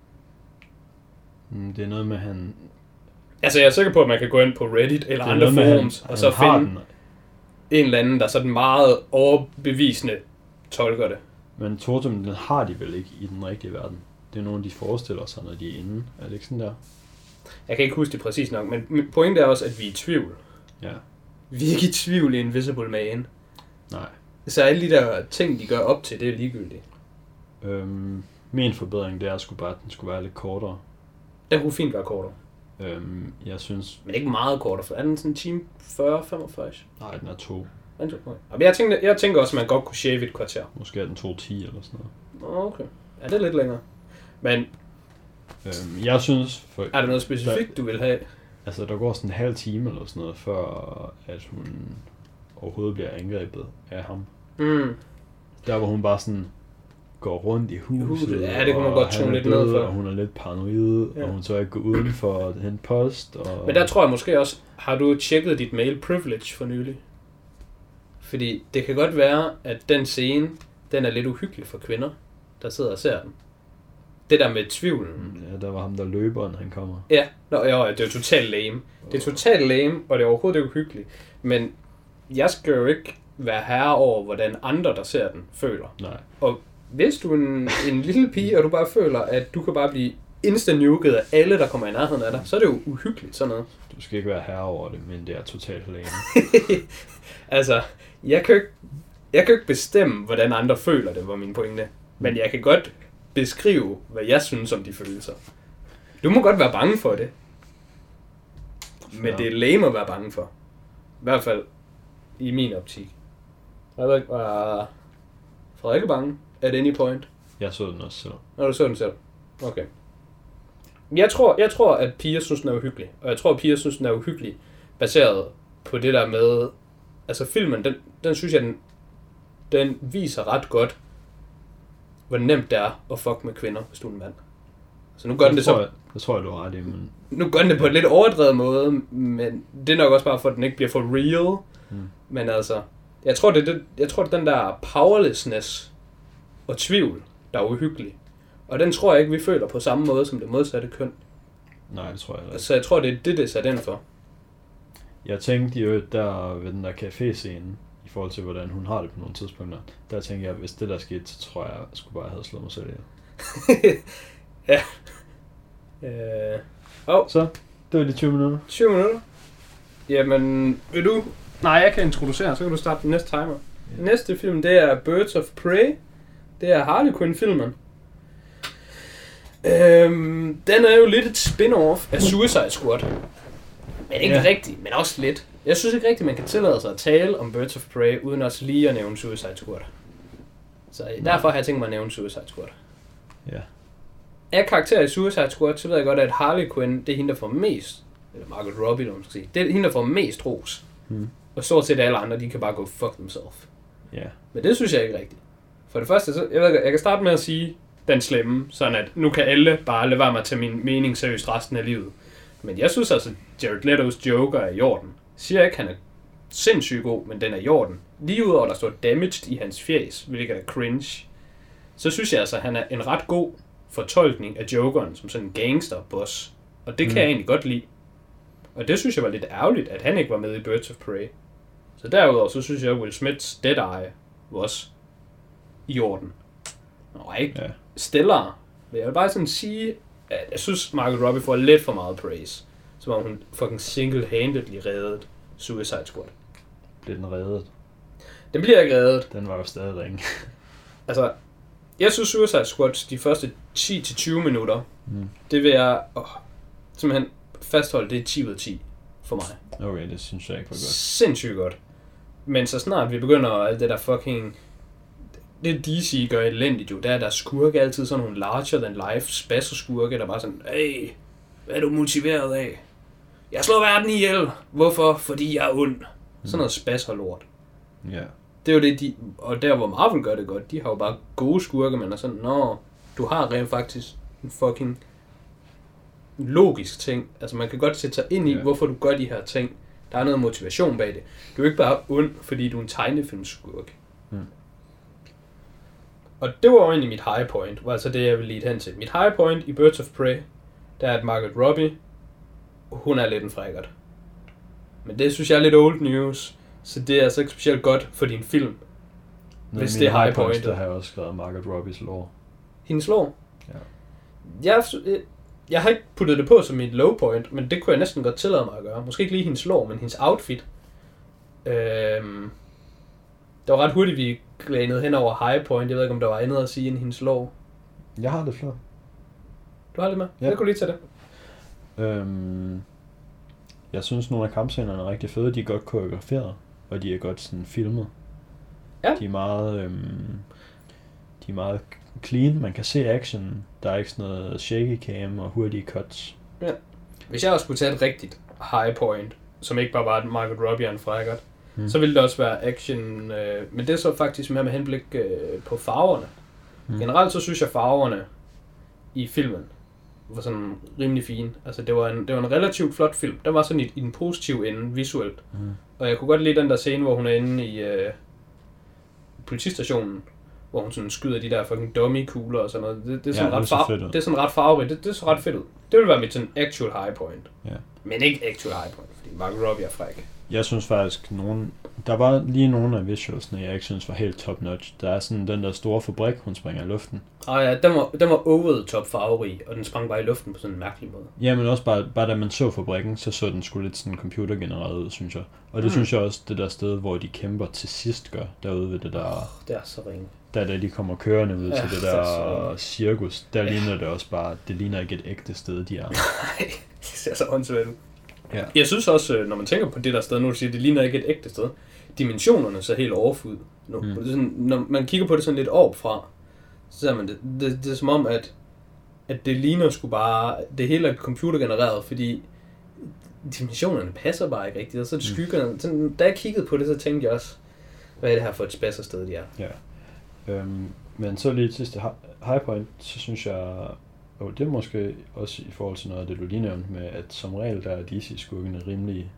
Mm, det er noget med, han... Altså, jeg er sikker på, at man kan gå ind på Reddit eller andre forums, og så finde den. En eller anden, der sådan meget overbevisende tolker det. Men totem, den har de vel ikke i den rigtige verden. Det er nogen, de forestiller sig, når de er inde. Er det ikke sådan der? Jeg kan ikke huske det præcis nok, men pointet er også, at vi er i tvivl. Ja. Vi er ikke i tvivl i Invisible Man. Nej. Så alle de der ting, de gør op til, det er ligegyldigt. Øhm, min forbedring, det er sgu bare, at den skulle være lidt kortere. Den kunne fint være kortere. Øhm, jeg synes... Men ikke meget kortere, for er den sådan en time fyrre femogfyrre? Nej, den er to. Jeg tænker, jeg tænker også, at man godt kunne shave et kvarter. Måske er den to ti eller sådan noget. Okay. Ja, det er lidt længere. Men... Øhm, jeg synes... For, er der noget specifikt, der, du vil have? Altså, der går sådan en halv time eller sådan noget, før at hun overhovedet bliver angrebet af ham. Mm. Der hvor hun bare sådan går rundt i huset, huset. Ja, det kunne man godt tone lidt død, ned for. Og hun er lidt paranoid, ja. Og hun tør ikke gå uden for den post. Og... Men der tror jeg måske også, har du tjekket dit mail privilege for nylig? Fordi det kan godt være, at den scene, den er lidt uhyggelig for kvinder, der sidder og ser den. Det der med tvivlen. Ja, der var ham, der løberen, han kommer. Ja, Nå, ja det er totalt lame. Det er totalt lame, og det er overhovedet ikke uhyggeligt. Men jeg skal jo ikke være herre over, hvordan andre, der ser den, føler. Nej. Og hvis du er en, en lille pige, og du bare føler, at du kan bare blive instant-nuket af alle, der kommer i nærheden af dig, så er det jo uhyggeligt sådan noget. Du skal ikke være herre over det, men det er totalt lame. Altså, jeg kan, ikke, jeg kan ikke bestemme, hvordan andre føler det, var min pointe. Men jeg kan godt beskrive, hvad jeg synes om de følelser. Du må godt være bange for det. Men ja. Det er lame at være bange for. I hvert fald i min optik. Jeg ved ikke, var Frederikke bange at any point? Jeg så den også selv. Nå, du så den selv. Okay. Jeg tror, jeg tror, at piger synes, den er uhyggelig. Og jeg tror, at piger synes, den er uhyggelig, baseret på det der med... Altså filmen, den, den synes jeg, den, den viser ret godt, hvor nemt det er at fuck med kvinder, hvis du er en mand. Så nu gør det den det så... Jeg, det tror jeg, du har ret i, men... Nu gør den det på en lidt overdrevet måde, men det er nok også bare for, at den ikke bliver for real. Hmm. Men altså, jeg tror, det er det, jeg tror, det er den der powerlessness og tvivl, der er uhyggelig. Og den tror jeg ikke, vi føler på samme måde som det modsatte køn. Nej, det tror jeg ikke. Så jeg tror, det er det, det er sat ind for. Jeg tænkte jo der ved den der café-scene, i forhold til, hvordan hun har det på nogle tidspunkter, der tænkte jeg, hvis det der skete, så tror jeg, jeg skulle bare have slået mig selv ihjel. Ja. Øh... Oh. Så, det var de tyve minutter. tyve minutter. Jamen, vil du... Nej, jeg kan introducere, så kan du starte den næste timer. Yeah. Næste film, det er Birds of Prey. Det er Harley Quinn-filmen. Øhm, den er jo lidt et spin-off af Suicide Squad. Men ikke yeah. rigtigt, men også lidt. Jeg synes ikke rigtigt, man kan tillade sig at tale om Birds of Prey, uden også lige at nævne Suicide Squad. Så derfor har jeg tænkt mig at nævne Suicide Squad. Ja. Yeah. Af karakterer i Suicide Squad, så ved jeg godt, at Harley Quinn, det er hende, der får mest, eller Margot Robbie, eller man skal sige, det er hende, der får mest ros. Hmm. Og stort set alle andre, de kan bare gå fuck themselves. Ja. Yeah. Men det synes jeg ikke rigtigt. For det første, så, jeg, ved, jeg kan starte med at sige den slemme, sådan at nu kan alle bare lade være med at tage min mening seriøst resten af livet. Men jeg synes altså, Jared Leto's Joker er i orden. Jeg siger ikke, han er sindssygt god, men den er i orden. Lige udover, der står damaged i hans fjes, hvilket er cringe, så synes jeg altså, at han er en ret god fortolkning af Jokeren som sådan en gangster-boss. Og det kan mm. jeg egentlig godt lide. Og det synes jeg var lidt ærgerligt, at han ikke var med i Birds of Prey. Så derudover, så synes jeg, at Will Smiths Deadeye var også i orden. Nå, ikke ja. Stellar. Men jeg vil bare sådan sige, at jeg synes, Margot Robbie får lidt for meget praise. Som om hun fucking single-handedly reddet Suicide Squad. Bliver den reddet? Den bliver ikke reddet. Den var jo stadig ringe. Altså, jeg synes Suicide Squad, de første ti til tyve minutter, mm. det vil jeg åh, simpelthen fastholde, det er ti ud af ti for mig. Okay, det synes jeg ikke var godt. Sindssygt godt. Men så snart vi begynder alt det der fucking... Det D C gør elendigt jo, der er der skurke altid sådan nogle larger than life spasser-skurke, der bare sådan, hey, hvad er du motiveret af? Jeg slår verden ihjel. Hvorfor? Fordi jeg er ond. Mm. Sådan noget spasser-lort. Ja. Yeah. Det er jo det, de... Og der hvor Marvel gør det godt, de har jo bare gode skurke, men er sådan, nå, du har rent faktisk en fucking logisk ting. Altså man kan godt sætte sig ind i, yeah. hvorfor du gør de her ting. Der er noget motivation bag det. Du er ikke bare ond, fordi du er en tegnefilmskurk. Mm. Og det var jo egentlig mit high point, var altså det, jeg ville lede hen til. Mit high point i Birds of Prey, der er, at Margot Robbie, hun er lidt en frækkert. Men det synes jeg er lidt old news, så det er altså ikke specielt godt for din film, Nå, hvis det er high point. Der har jeg også skrevet Margot Robbies lore. Hendes lore? Ja. Jeg, jeg har ikke puttet det på som mit low point, men det kunne jeg næsten godt tillade mig at gøre. Måske ikke lige hendes lore, men hendes outfit. Øhm, det var ret hurtigt, vi glænede hen over high point. Jeg ved ikke, om der var andet at sige end hendes lore. Jeg har det før. Du har det med? Ja. Jeg kunne lige tage det. Øhm, jeg synes, nogle af kampscenerne er rigtig fede. De er godt koreograferet, og de er godt sådan filmet. Ja. De er meget, øhm, de er meget clean. Man kan se action. Der er ikke sådan noget shaky cam og hurtige cuts. Ja. Hvis jeg også skulle tage et rigtigt high point, som ikke bare var at Margot Robbie er en frækkert, hmm. så ville det også være action. Øh, men det er så faktisk mere med henblik øh, på farverne. Hmm. Generelt så synes jeg farverne i filmen var sådan rimelig fine. Altså det var en, det var en relativt flot film. Den var sådan i, i den positive ende visuelt. Hmm. Og jeg kunne godt lide den der scene, hvor hun er inde i øh, politistationen, hvor hun sådan skyder de der fucking dummy-kugler og sådan noget. Det, det er sådan, ja, ret, far- det er sådan ret farverigt. Det, det er så ret fedt ud. Det vil være mit sådan actual high point. Ja. Men ikke actual high point, fordi Margot Robbie er fræk. Jeg synes faktisk, nogen, der var lige nogle af visualsene, jeg ikke synes var helt top notch. Der er sådan den der store fabrik, hun springer i luften. Ah ja, den var, den var over the top farverig, og den sprang bare i luften på sådan en mærkelig måde. Ja, men også bare, bare da man så fabrikken, så så den sgu lidt sådan computergenereret ud, synes jeg. Og det mm. synes jeg også, det der sted, hvor de kæmper til sidst gør, derude ved det der... Oh, det er så ringe. Der da de kommer kørende ud ja, til det der det cirkus, der ja. ligner det også bare, det ligner ikke et ægte sted, de er. Nej, det ser så åndssvagt ud. Ja. Jeg synes også, når man tænker på det der sted, nu du siger, det ligner ikke et ægte sted, dimensionerne ser helt off ud. Nu, mm. det er sådan, når man kigger på det sådan lidt oppefra, så ser man det, det, det er som om, at, at det ligner sgu bare, det hele er computergenereret, fordi dimensionerne passer bare ikke rigtigt, og så er det skyggerne, sådan, da jeg kiggede på det, så tænkte jeg også, hvad er det her for et spassersted, de er? Ja. Øhm, men så lige til sidste high point, så synes jeg, og det er måske også i forhold til noget af det, du lige nævnte med, at som regel der er D C-skurkene rimelig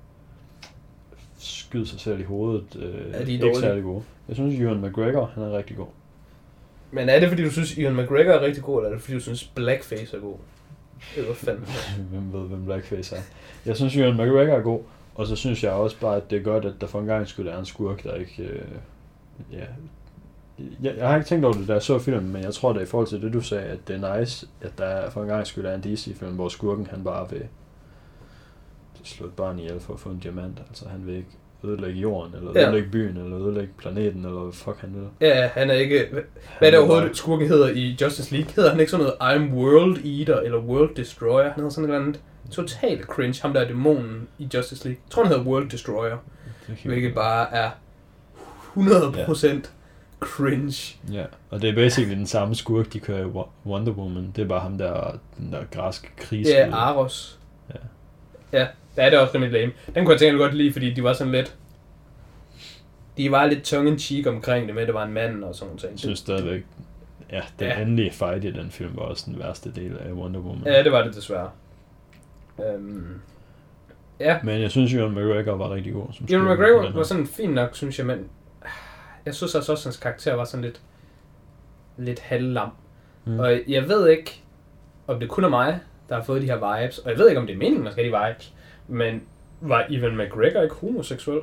skyder sig selv i hovedet, øh, er de ikke særlig gode. Jeg synes, Ewan McGregor, han er rigtig god. Men er det fordi, du synes, Ewan McGregor er rigtig god, eller er det fordi, du synes, Blackface er god? Det var fandme. Hvem ved, hvem Blackface er? Jeg synes, Ewan McGregor er god, og så synes jeg også bare, at det er godt, at der for en gang skulle være en skurk, der ikke øh, ja, Jeg, jeg har ikke tænkt over det, da jeg så filmen, men jeg tror det er i forhold til det, du sagde, at det er nice, at der for en gang skyld er en D C-film, hvor skurken han bare vil slå et barn ihjel for at få en diamant. Altså han vil ikke ødelægge jorden, eller ja. ødelægge byen, eller ødelægge planeten, eller hvad fuck han vil. Ja, han er ikke... Hvad han er det overhovedet, bare... skurken hedder i Justice League? Hedder han ikke sådan noget I'm World Eater, eller World Destroyer? Han hedder sådan et eller andet totalt cringe, ham der er dæmonen i Justice League. Jeg tror, han hedder World Destroyer, hvilket bare er hundrede procent ja. Cringe. Ja, og det er basically den samme skurk, de kører i Wonder Woman. Det er bare ham der, den der græske krigs. Ja, Aros. Ja. Ja, der er det også rimelig lame. Den kunne jeg tænke godt lide, fordi de var sådan lidt... De var lidt tongue-in-cheek omkring det med, at det var en mand og sådan noget. Jeg synes stadigvæk... Ja, den ja. endelige fight i den film var også den værste del af Wonder Woman. Ja, det var det desværre. Um, ja. Men jeg synes, Ewan McGregor var rigtig god. Som Ewan McGregor var sådan fin nok, synes jeg, men... Jeg synes altså også, at hans karakter var sådan lidt... Lidt halvlam. Mm. Og jeg ved ikke, om det kun er mig, der har fået de her vibes. Og jeg ved ikke, om det er meningen, man skal have de vibes. Men var Ewan McGregor ikke homoseksuel?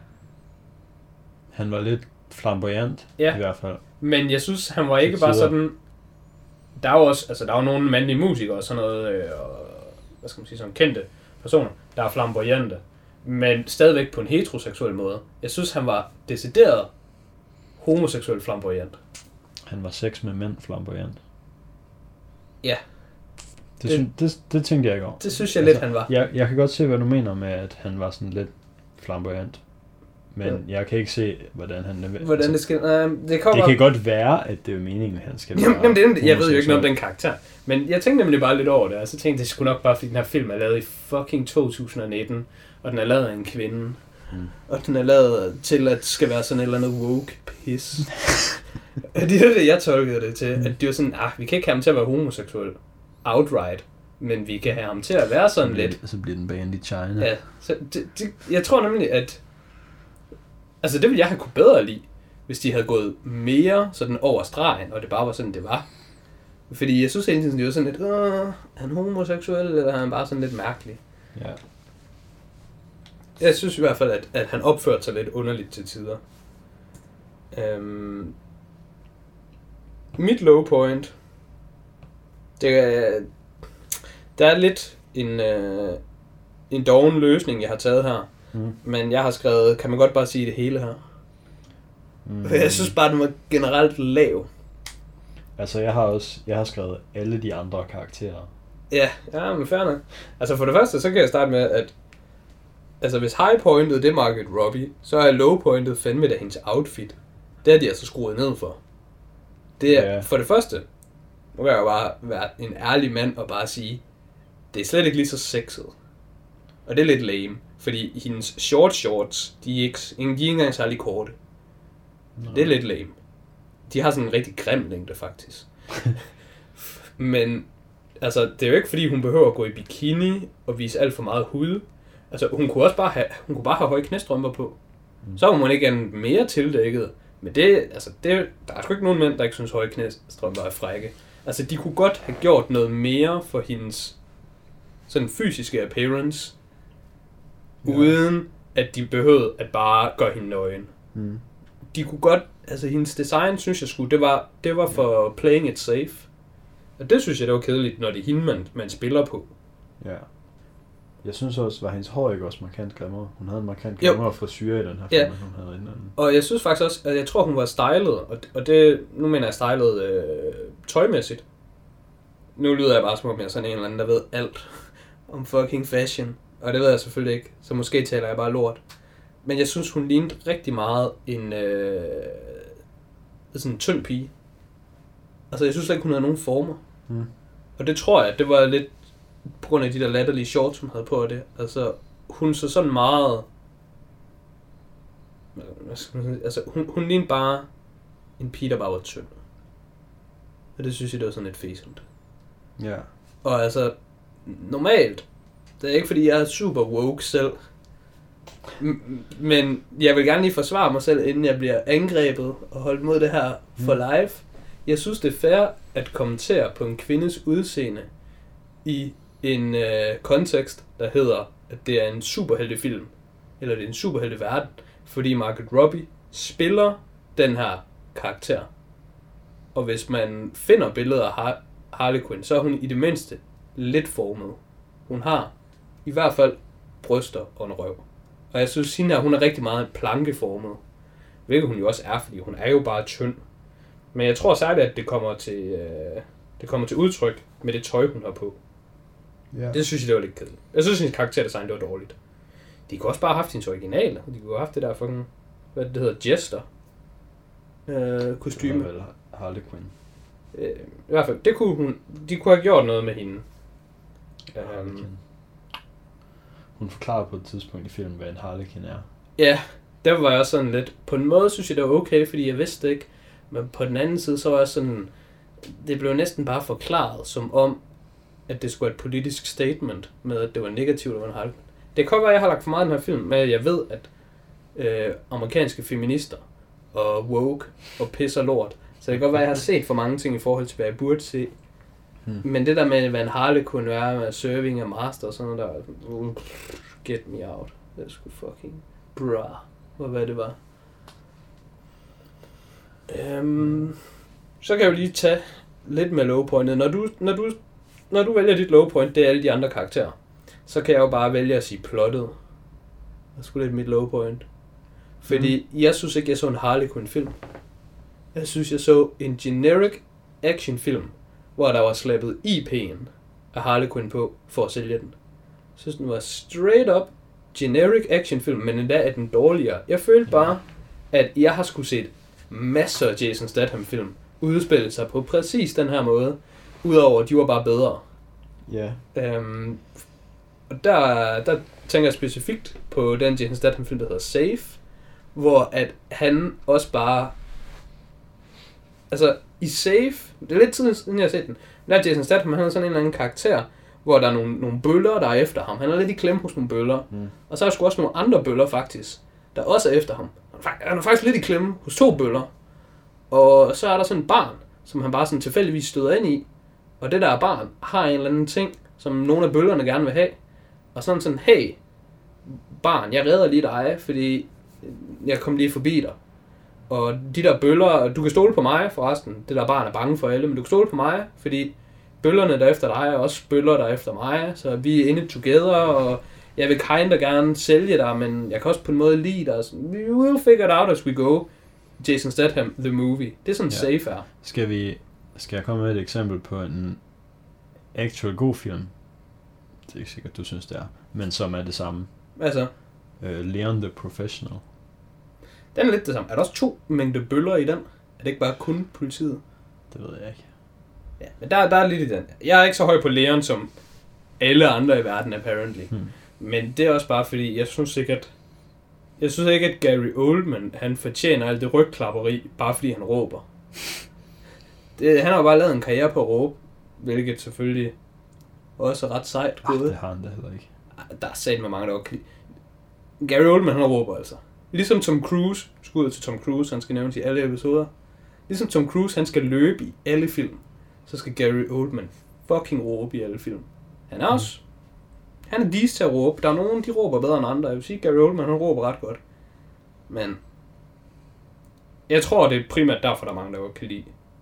Han var lidt flamboyant, ja. I hvert fald. Men jeg synes, han var ikke bare sådan... Der er jo også, altså der er jo nogle mandlige musikere og sådan noget, øh, og, hvad skal man sige, sådan kendte personer, der er flamboyante. Men stadigvæk på en heteroseksuel måde. Jeg synes, han var decideret homoseksuel flamboyant. Han var sex med mænd flamboyant. Ja. Det, det, det, det tænkte jeg ikke over. Det synes jeg altså, lidt, han var. Jeg, jeg kan godt se, hvad du mener med, at han var sådan lidt flamboyant. Men ja. Jeg kan ikke se, hvordan han... Hvordan altså, det skal... Uh, det det kan bare... godt være, at det er meningen, han skal være... Jamen, det, jeg ved jo ikke noget om den karakter. Men jeg tænkte nemlig bare lidt over det, og så tænkte jeg, det skulle nok bare, fordi den her film er lavet i fucking to tusind nitten, og den er lavet af en kvinde. Hmm. Og den er lavet til, at det skal være sådan et eller andet woke piss. Det er det, jeg tolkede det til. At det var sådan, ah, vi kan ikke have ham til at være homoseksuel outright, men vi kan have ham til at være sådan lidt... Og så bliver den banned i China. Ja, så det, det, jeg tror nemlig, at... Altså, det ville jeg have kunne bedre lide, hvis de havde gået mere sådan over stregen, og det bare var sådan, det var. Fordi jeg synes egentlig, det var sådan lidt, åh, er han homoseksuel, eller er han bare sådan lidt mærkelig? Ja. Jeg synes i hvert fald, at, at han opførte sig lidt underligt til tider. Øhm, mit low point, det er, der er lidt en, øh, en doven løsning, jeg har taget her. Mm. Men jeg har skrevet, kan man godt bare sige det hele her? Mm. Jeg synes bare, den var generelt lav. Altså, jeg har også jeg har skrevet alle de andre karakterer. Ja, ja, men fair nok. Altså, for det første, så kan jeg starte med, at altså, hvis high pointet det er Margot Robbie, så er low pointet fandme da hendes outfit. Det er de altså skruet ned for. Det er, ja. For det første, nu kan jeg jo bare være en ærlig mand og bare sige, det er slet ikke lige så sexet. Og det er lidt lame. Fordi hendes short shorts, de er ikke, de er ikke engang særlig korte. No. Det er lidt lame. De har sådan en rigtig grim længde, faktisk. Men, altså, det er jo ikke fordi, hun behøver at gå i bikini og vise alt for meget hud. Altså, hun kunne også bare have, hun kunne bare have høje knæstrømper på. Mm. Så var hun ikke mere tildækket. Men det, altså, det, der er sgu ikke nogen mænd, der ikke synes, høje knæstrømper er frække. Altså, de kunne godt have gjort noget mere for hendes sådan fysiske appearance, ja. Uden at de behøvede at bare gøre hende nøgen. Mm. De kunne godt, altså hendes design, synes jeg skulle, det var, det var for playing it safe. Og det synes jeg, det var kedeligt, når det er hende, man, man spiller på. Ja. Jeg synes også, var hendes hår ikke også markant grimmere? Hun havde en markant grimmere frisyre i den her film, ja. Hun havde inden. Og jeg synes faktisk også, at jeg tror, hun var stylet, og, og det, nu mener jeg stylet øh, tøjmæssigt. Nu lyder jeg bare som om jeg er sådan en eller anden, der ved alt om fucking fashion. Og det ved jeg selvfølgelig ikke, så måske taler jeg bare lort. Men jeg synes, hun lignede rigtig meget en øh, sådan en tynd pige. Altså, jeg synes ikke, hun havde nogen former. Mm. Og det tror jeg, det var lidt på grund af de der latterlige shorts, hun havde på det. Altså, hun så sådan meget... Altså, hun, hun lignede bare en pige, der bare var tynd. Og det synes jeg, det var sådan lidt fæsendt. Ja. Yeah. Og altså, normalt, det er ikke fordi, jeg er super woke selv. Men jeg vil gerne lige forsvare mig selv, inden jeg bliver angrebet og holdt mod det her for live. Jeg synes, det er fair at kommentere på en kvindes udseende i en øh, kontekst, der hedder, at det er en superheltefilm. Eller det er en superhelteverden. Fordi Margot Robbie spiller den her karakter. Og hvis man finder billeder af Har- Harley Quinn, så er hun i det mindste lidt formet. Hun har i hvert fald bryster og en røv. Og jeg synes, hende her, hun er rigtig meget plankeformet. Hvilket hun jo også er, fordi hun er jo bare tynd. Men jeg tror særligt, at det kommer til, øh, det kommer til udtryk med det tøj, hun har på. Yeah. Det synes jeg, det var lidt kedeligt. Jeg synes, hendes karakterdesign, det var dårligt. De kunne også bare have haft hendes originale. De kunne have haft det der fucking, hvad det hedder, Jester øh, kostyme. Det var vel Harley Quinn. Øh, I hvert fald, det kunne hun, de kunne have gjort noget med hende. Um, hun forklarer på et tidspunkt i filmen, hvad en Harlequin er. Ja, der var jeg sådan lidt, på en måde synes jeg, det var okay, fordi jeg vidste det ikke. Men på den anden side, så var jeg sådan, det blev næsten bare forklaret, som om, at det skulle være et politisk statement, med at det var negativt, at man har. Det kan godt være, at jeg har lagt for meget i den her film, men jeg ved, at øh, amerikanske feminister og woke og pisser lort, så det kan godt være, at jeg har set for mange ting i forhold til, hvad jeg burde se. Hmm. Men det der med, hvad en Harley kunne være med serving og master og sådan noget der, uh, get me out. Det er sgu fucking bra, og hvad det var. Um, så kan jeg jo lige tage lidt med low pointet. Når du, når du, når du vælger dit low point, det er alle de andre karakterer, så kan jeg jo bare vælge at sige plottet. Det er sgu lidt mit low point. Fordi mm. jeg synes ikke, jeg så en Harley Quinn film. Jeg synes, jeg så en generic action film, hvor der var slappet I P'en af Harley Quinn på for at sælge den. Jeg synes, den var straight up generic action film, men endda er den dårligere. Jeg følte bare, at jeg har skulle set masser af Jason Statham film udspille sig på præcis den her måde, udover at de var bare bedre. Ja. Yeah. Um, og der, der tænker jeg specifikt på den Jason Statham film, der hedder Safe, hvor at han også bare, altså i Safe, det er lidt tid siden jeg har set den, men der er Jason Statham, han har sådan en eller anden karakter, hvor der er nogle, nogle bøller, der er efter ham. Han er lidt i klemme hos nogle bøller. Mm. Og så er der sgu også nogle andre bøller faktisk, der også er efter ham. Han er faktisk lidt i klemme hos to bøller. Og så er der sådan et barn, som han bare sådan tilfældigvis støder ind i. Og det der barn har en eller anden ting, som nogle af bøllerne gerne vil have. Og sådan sådan, hey, barn, jeg redder lige dig, fordi jeg kom lige forbi dig. Og de der bøller, du kan stole på mig forresten, det der barn er bange for alle, men du kan stole på mig, fordi bøllerne der efter dig er også bøller der efter mig, så vi er in it together, og jeg vil kinda gerne sælge dig, men jeg kan også på en måde lide dig, så we will figure it out as we go. Jason Statham, the movie. Det er sådan ja. Safe er. Skal vi, skal jeg komme med et eksempel på en actual god film? Det er ikke sikkert, du synes det er, men som er det samme. Hvad så? Uh, Leon the Professional. Den er lidt det samme. Er der også to mængde bøller i den? Er det ikke bare kun politiet? Det ved jeg ikke. Ja, men der, der er lidt i den. Jeg er ikke så høj på Leon som alle andre i verden, apparently. Hmm. Men det er også bare fordi, jeg synes ikke, at jeg synes ikke, at Gary Oldman, han fortjener alt det rygklapperi, bare fordi han råber. Det, han har jo bare lavet en karriere på at råbe, hvilket selvfølgelig også er ret sejt. Ah, det har han da heller ikke. Der er sat med mange, der også kan lide. Gary Oldman, han råber altså. Ligesom Tom Cruise, skud til Tom Cruise, han skal nævnes i alle episoder. Ligesom Tom Cruise, han skal løbe i alle film, så skal Gary Oldman fucking råbe i alle film. Han er også, mm. han er dis til at råbe. Der er nogen, de råber bedre end andre. Jeg vil sige, Gary Oldman, han råber ret godt. Men jeg tror, det er primært derfor, der er mange, der godt kan lide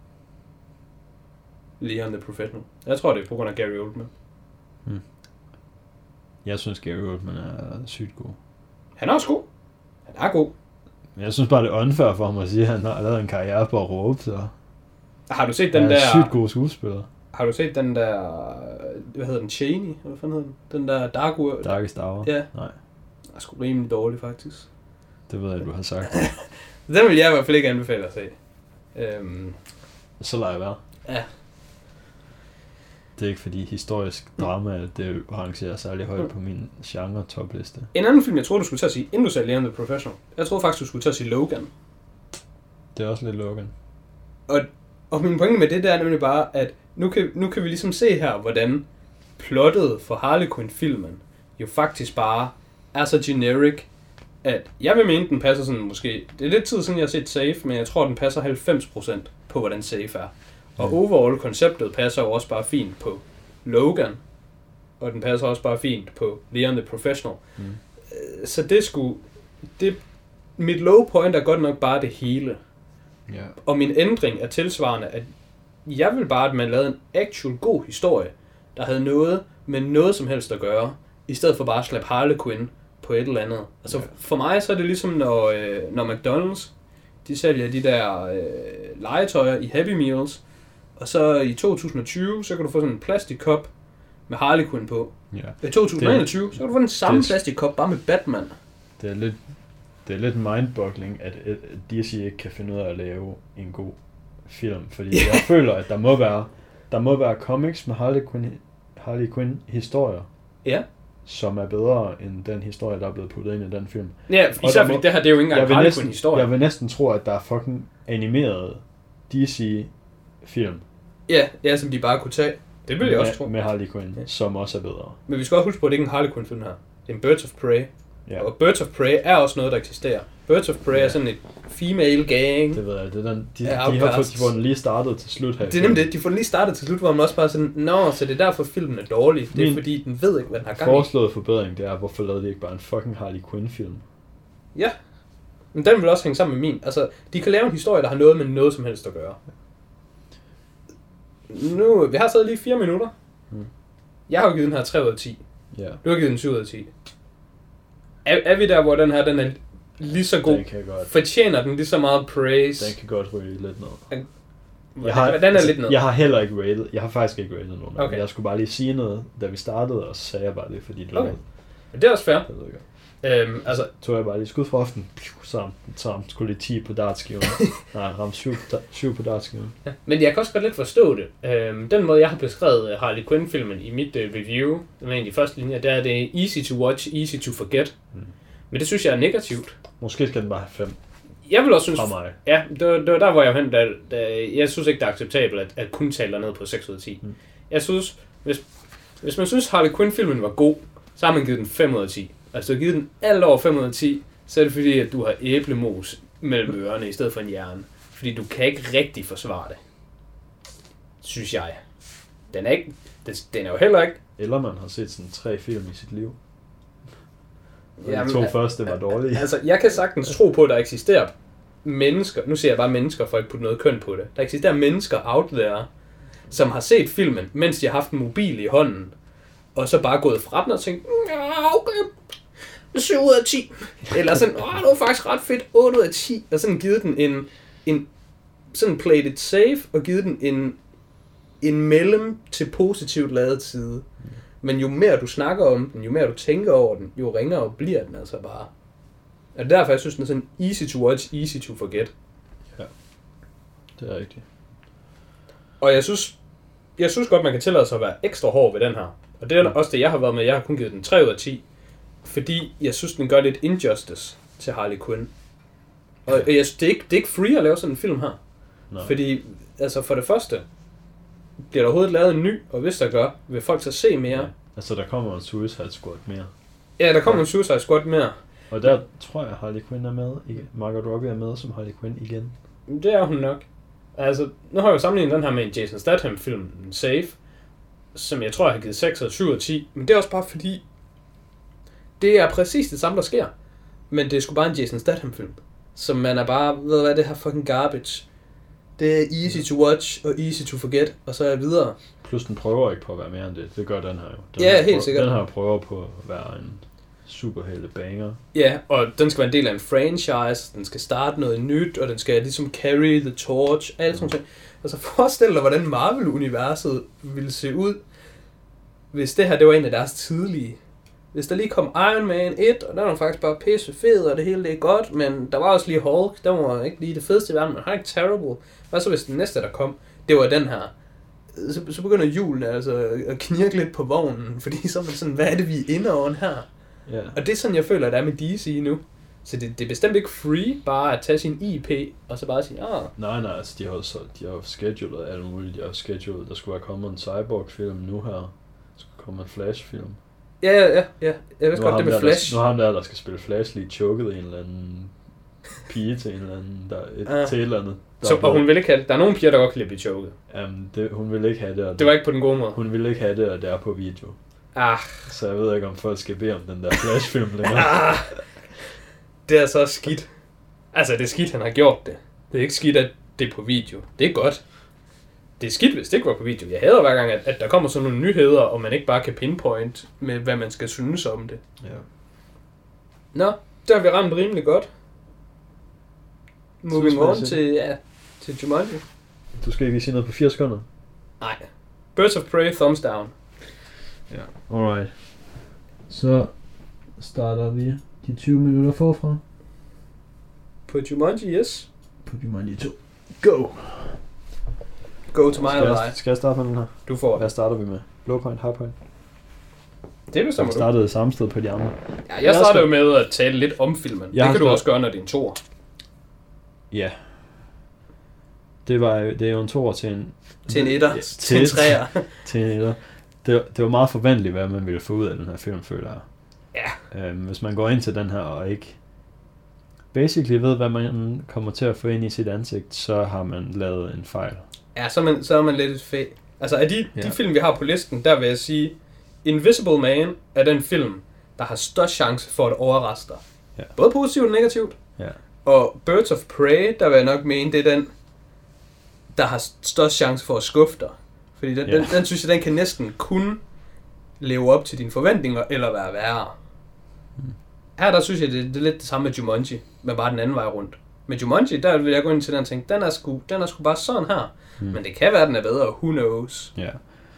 Leon the Professional. Jeg tror, det er på grund af Gary Oldman. Hmm. Jeg synes, Gary Oldman er sygt god. Han er også god. Han er god. Jeg synes bare, det er unfair for ham at sige, at han har lavet en karriere på at råbe, så har du set den han er der sygt god skuespiller. Har du set den der, hvad hedder den, Cheney, eller hvad fanden hedder den? Den der Dark World. Darkest Hour? Ja. Nej. Den er sgu rimelig dårlig, faktisk. Det ved jeg, du har sagt. Den vil jeg i hvert fald ikke anbefale at se. Øhm. Så lader jeg være. Ja. Det er ikke fordi historisk drama, det rangerer særlig højt på min genre topliste. En anden film, jeg tror du skulle tage at sige, inden du sagde Leon the Professional. Jeg tror faktisk, du skulle tage at sige Logan. Det er også lidt Logan. Og, og min pointe med det, der er nemlig bare, at nu kan, nu kan vi ligesom se her, hvordan plottet for Harley Quinn-filmen jo faktisk bare er så generic, at jeg vil mene, den passer sådan måske, det er lidt tid siden, jeg har set Safe, men jeg tror, den passer halvfems procent på, hvordan Safe er. Og overall konceptet passer jo også bare fint på Logan, og den passer også bare fint på Leon the Professional. Mm. Så det skulle, det, mit low point er godt nok bare det hele. Ja. Og min ændring er tilsvarende, at jeg vil bare, at man lavede en actual god historie, der havde noget med noget som helst at gøre, i stedet for bare at slappe Harley Quinn på et eller andet. Altså, ja. For mig så er det ligesom, når, øh, når McDonald's, de sælger de der øh, legetøjer i Happy Meals, og så i to tusind og tyve, så kan du få sådan en plastikkop med Harley Quinn på. Ja. I to tusind og enogtyve, det, så kan du få den samme det, plastikkop, bare med Batman. Det er lidt, det er lidt mindboggling, at D C ikke kan finde ud af at lave en god film, fordi yeah. jeg føler, at der må være, der må være comics med Harley Quinn, Harley Quinn historier, ja. som er bedre end den historie, der er blevet puttet ind i den film. Ja, især fordi det her, det er jo ikke engang Harley Quinn historie. Jeg vil næsten tro, at der er fucking animerede D C-film. Ja, ja, som de bare kunne tage. Det vil jeg også tro. Med Harley Quinn, ja. Som også er bedre. Men vi skal også huske på, at det ikke er en Harley Quinn film her. Det er en Birds of Prey. Ja. Og Birds of Prey er også noget, der eksisterer. Birds of Prey ja. Er sådan et female gang. Det ved jeg, det er den, de, de har fået, de får den lige startet til slut her. Det er nemlig det, de får den lige startet til slut, hvor man også bare sådan, nå, så det er derfor filmen er dårlig. Det er Min fordi, den ved ikke, hvad den har gang i. Foreslået forbedring, det er, hvorfor lavede de ikke bare en fucking Harley Quinn film? Ja, men den vil også hænge sammen med min. Altså, de kan lave en historie, der har noget med noget som helst at gøre. Nu, vi har siddet lige fire minutter. Hmm. Jeg har jo givet den her tre ud af ti. Yeah. Du har givet den syv ud af ti. Er, er vi der, hvor den her, den er lige så god? Den kan godt. Fortjener den lige så meget praise? Den kan godt ryge lidt ned. Den, jeg har, den er altså, lidt ned. Jeg har heller ikke rated. Jeg har faktisk ikke rated nogen. Okay. Jeg skulle bare lige sige noget, da vi startede, og så sagde jeg bare det, fordi du okay. ved. Men det er også fair. Det ved jeg godt. Øhm, altså, tog jeg bare lige skud fra hoften, så ramte skulle lige ti på dartskiven. Nej, ramte syv på dartskiven. Ja, men jeg kan også godt lidt forstå det. Øhm, den måde, jeg har beskrevet Harley Quinn-filmen i mit uh, review, den er en af de første linjer, der er det easy to watch, easy to forget. Hmm. Men det synes jeg er negativt. Måske skal den bare have fem. Jeg vil også synes... Fra mig. Ja, det var, det var der, hvor jeg var hen, da, da, jeg synes ikke, det er acceptabelt, at, at kun tale ned på seks ud af ti. Hmm. Jeg synes, hvis, hvis man synes, Harley Quinn-filmen var god, så har man givet den fem ud af ti. Altså, du har givet den alt over fem ud af ti, så er det fordi, at du har æblemos mellem ørerne i stedet for en hjerne. Fordi du kan ikke rigtig forsvare det. Synes jeg. Den er, ikke, den, den er jo heller ikke... Eller man har set sådan tre film i sit liv. Og Jamen, de to første var dårlige. Altså, jeg kan sagtens tro på, at der eksisterer mennesker... Nu siger jeg bare mennesker, for at ikke putte noget køn på det. Der eksisterer mennesker out there, som har set filmen, mens de har haft en mobil i hånden. Og så bare gået fra den og tænkt, okay, syv ud af ti. Eller sådan, åh, det var faktisk ret fedt, otte ud af ti. Og sådan givet den en, en sådan played it safe, og givet den en, en mellem til positivt ladet side. Men jo mere du snakker om den, jo mere du tænker over den, jo ringere bliver den altså bare. Og det er derfor, jeg synes, den er sådan easy to watch, easy to forget. Ja, det er rigtigt. Og jeg synes, jeg synes godt, man kan tillade sig at være ekstra hård ved den her. Og det er også det, jeg har været med. Jeg har kun givet den tre ud af ti. Fordi jeg synes, den gør lidt injustice til Harley Quinn. Og jeg synes, det er ikke, det er ikke free at lave sådan en film her. Nej. Fordi, altså for det første, bliver der overhovedet lavet en ny, og hvis der gør, vil folk så se mere. Ja. Altså der kommer en Suicide Squad mere. Ja, der kommer ja. en Suicide Squad mere. Og der tror jeg, Harley Quinn er med. Margot Robbie er med som Harley Quinn igen. Det er hun nok. Altså, nu har jeg jo sammenlignet den her med en Jason Statham-film, Safe, som jeg tror, jeg har givet seks eller syv ud af ti. Men det er også bare fordi, det er præcis det samme, der sker. Men det er sgu bare en Jason Statham-film. Som man er bare, ved hvad, det her fucking garbage. Det er easy to watch og easy to forget, og så er jeg videre. Plus den prøver ikke på at være mere end det. Det gør den her jo. Den ja, her helt prøver, sikkert. Den her prøver på at være en superhelte banger. Ja, og den skal være en del af en franchise. Den skal starte noget nyt, og den skal ligesom carry the torch. Alt sådan noget. Og så forestil dig, hvordan Marvel-universet ville se ud, hvis det her det var en af deres tidlige. Hvis der lige kom Iron Man et, og der var faktisk bare pisse fed, og det hele det er godt, men der var også lige Hulk, der var ikke lige det fedeste i verden, men han er ikke terrible. Hvad så hvis den næste, der kom, det var den her? Så, så begynder julen altså at knirke lidt på vognen, fordi så er man sådan, hvad er det, vi er inde over her? Yeah. Og det er sådan, jeg føler, det er med D C nu. Så det, det er bestemt ikke free, bare at tage sin I P, og så bare sige, ah. Nej, nej, altså de har jo, så, de har jo schedulet alt muligt. De har jo schedulet, der skulle være kommet en Cyborg-film nu her. Der skulle komme en Flash-film. Ja, ja, ja, ja. Jeg ved godt, det med der, Flash. Der, nu har ham der, der skal spille Flash, lige chokket en eller anden pige til en eller anden, der et, ah. til et eller andet. Så, og hun vil ikke have det. Der er nogle piger, der godt kan lide at blive choket. Jamen, det, hun vil ikke have det. Og det var ikke på den gode måde. Hun vil ikke have det, og det er på video. Ah. Så jeg ved ikke, om folk skal bede om den der Flash-film længere. ah. Det er så skidt. Altså, det er skidt, han har gjort det. Det er ikke skidt, at det er på video. Det er godt. Det er skidt, hvis det ikke var på video. Jeg hader hver gang, at, at der kommer sådan nogle nyheder, og man ikke bare kan pinpoint med, hvad man skal synes om det. Ja. Nå, der har vi ramt rimelig godt. Moving on til, ja, til Jumanji. Du skal ikke sige noget på fire sekunder? Nej. Birds of Prey, thumbs down. Ja, alright. Så starter vi de tyve minutter forfra. På Jumanji, yes. På Jumanji to. Go! Go to my skal, jeg, life. skal jeg starte med den her? Du får. Hvad starter vi med? Low point, high point? Det bestemmer du. du. startede samme sted på de andre. Ja, jeg starter jo med at tale lidt om filmen. Jeg det kan du skal... også gøre, når det er en toer. Ja. Det, var jo, det er jo en toer til en... Til en etter. Ja, til en treer. til en etter. Det, det var meget forventeligt, hvad man ville få ud af den her film, føler jeg. Ja. Øhm, hvis man går ind til den her og ikke basically ved, hvad man kommer til at få ind i sit ansigt, så har man lavet en fejl. Ja, så er man, så er man lidt et fæ. Altså af de, ja. de film, vi har på listen, der vil jeg sige, Invisible Man er den film, der har størst chance for at overraske dig. Ja. Både positivt og negativt. Ja. Og Birds of Prey, der vil jeg nok mene, det er den, der har størst chance for at skuffe dig. Fordi den, ja. den, den synes jeg, den kan næsten kun leve op til dine forventninger, eller være værre. Hmm. Her der synes jeg, det, det er lidt det samme med Jumanji, men bare den anden vej rundt. Med Jumanji, der vil jeg gå ind til den og tænke, den er sgu, den er sgu bare sådan her. Hmm. Men det kan være, den er bedre, who knows. Ja.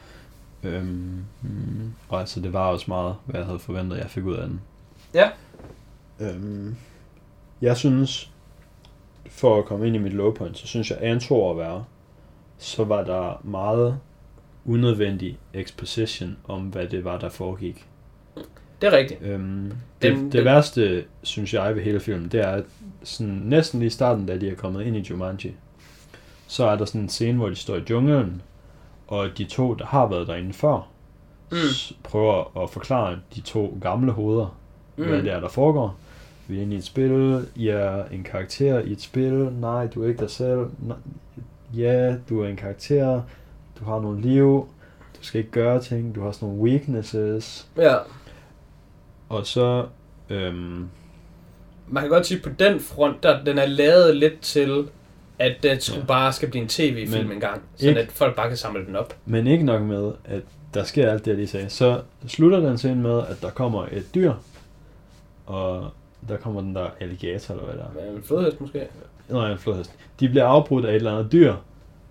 Øhm, mm, og altså, det var også meget, hvad jeg havde forventet, jeg fik ud af den. Ja. Øhm, jeg synes, for at komme ind i mit low point, så synes jeg, at en toer at være, så var der meget unødvendig exposition om, hvad det var, der foregik. Det er rigtigt. Øhm, det, den, det den... værste, synes jeg, ved hele filmen, det er, at sådan, næsten lige i starten, da de er kommet ind i Jumanji, så er der sådan en scene, hvor de står i junglen, og de to, der har været derinde før, mm. prøver at forklare de to gamle hoveder, mm. hvad det er, der foregår. Vi er inde i et spil, I er en karakter i et spil, nej, du er ikke dig selv, nej, ja, du er en karakter, du har nogle liv, du skal ikke gøre ting, du har sådan nogle weaknesses. Ja. Og så... Øhm, Man kan godt sige, på den front, der den er lavet lidt til, at det ja. bare skal blive en tv-film en gang, så at folk bare kan samle den op. Men ikke nok med, at der sker alt det, jeg lige sagde. Så slutter den scene med, at der kommer et dyr, og der kommer den der alligator, eller hvad der er. En flodhest måske? Nej, en flodhest. De bliver afbrudt af et eller andet dyr.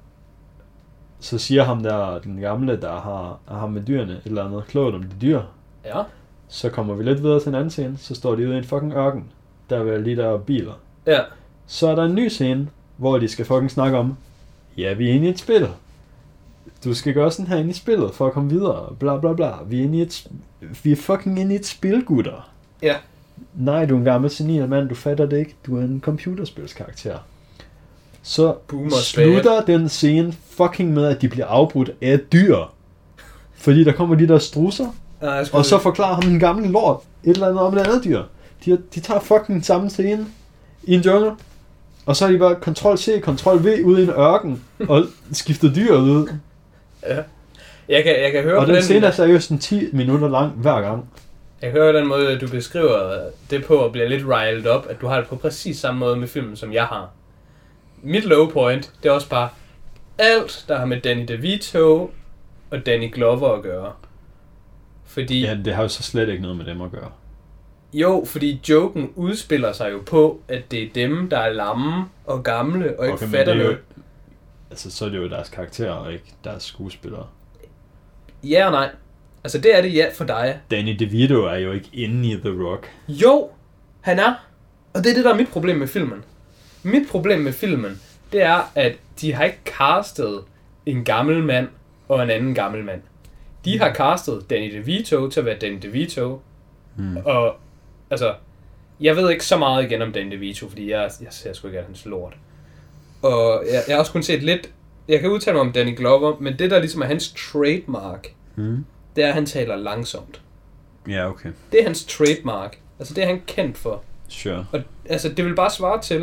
Så siger ham der, den gamle, der har, har med dyrene, et eller andet klogt om de dyr. Ja. Så kommer vi lidt videre til en anden scene, så står de ude i en fucking ørken. Der er lige der biler. Ja. Så er der en ny scene, hvor de skal fucking snakke om, ja, vi er inde i et spil. Du skal gøre sådan her inde i spillet, for at komme videre, bla bla bla. Vi er, inde i et, vi er fucking inde i et spil, gutter. Ja. Nej, du er en gammel senil mand, du fatter det ikke. Du er en computerspilskarakter. Så Boomer slutter bad. Den scene fucking med, at de bliver afbrudt af et dyr. Fordi der kommer de der strusser, ah, og så forklarer ham den gamle lort et eller andet om det andet dyr. De, de tager fucking samme scene i en jungle, og så er de bare Ctrl-C, Ctrl-V ude i en ørken, og skifter dyr ud. Ja. Jeg kan, jeg kan høre og på den den scene er seriøst en ti minutter lang hver gang. Jeg kan høre den måde, du beskriver det på, og bliver lidt riled up, at du har det på præcis samme måde med filmen, som jeg har. Mit low point, det er også bare alt, der har med Danny DeVito og Danny Glover at gøre. Fordi... Ja, det har jo så slet ikke noget med dem at gøre. Jo, fordi joken udspiller sig jo på, at det er dem, der er lamme og gamle og ikke okay, fatter noget. Altså, så er det jo deres karakterer og ikke deres skuespillere. Ja og nej. Altså, det er det ja for dig. Danny DeVito er jo ikke inde i The Rock. Jo, han er. Og det er det, der er mit problem med filmen. Mit problem med filmen, det er, at de har ikke castet en gammel mand og en anden gammel mand. De har castet Danny DeVito til at være Danny DeVito. Hmm. Og altså, jeg ved ikke så meget igen om Danny DeVito, fordi jeg, jeg ser sgu ikke, at hans lort. Og jeg, jeg har også kun set lidt, jeg kan udtale mig om Danny Glover, men det der ligesom er hans trademark, hmm. det er, at han taler langsomt. Ja, okay. Det er hans trademark. Altså, det er han kendt for. Sure. Og altså, det vil bare svare til...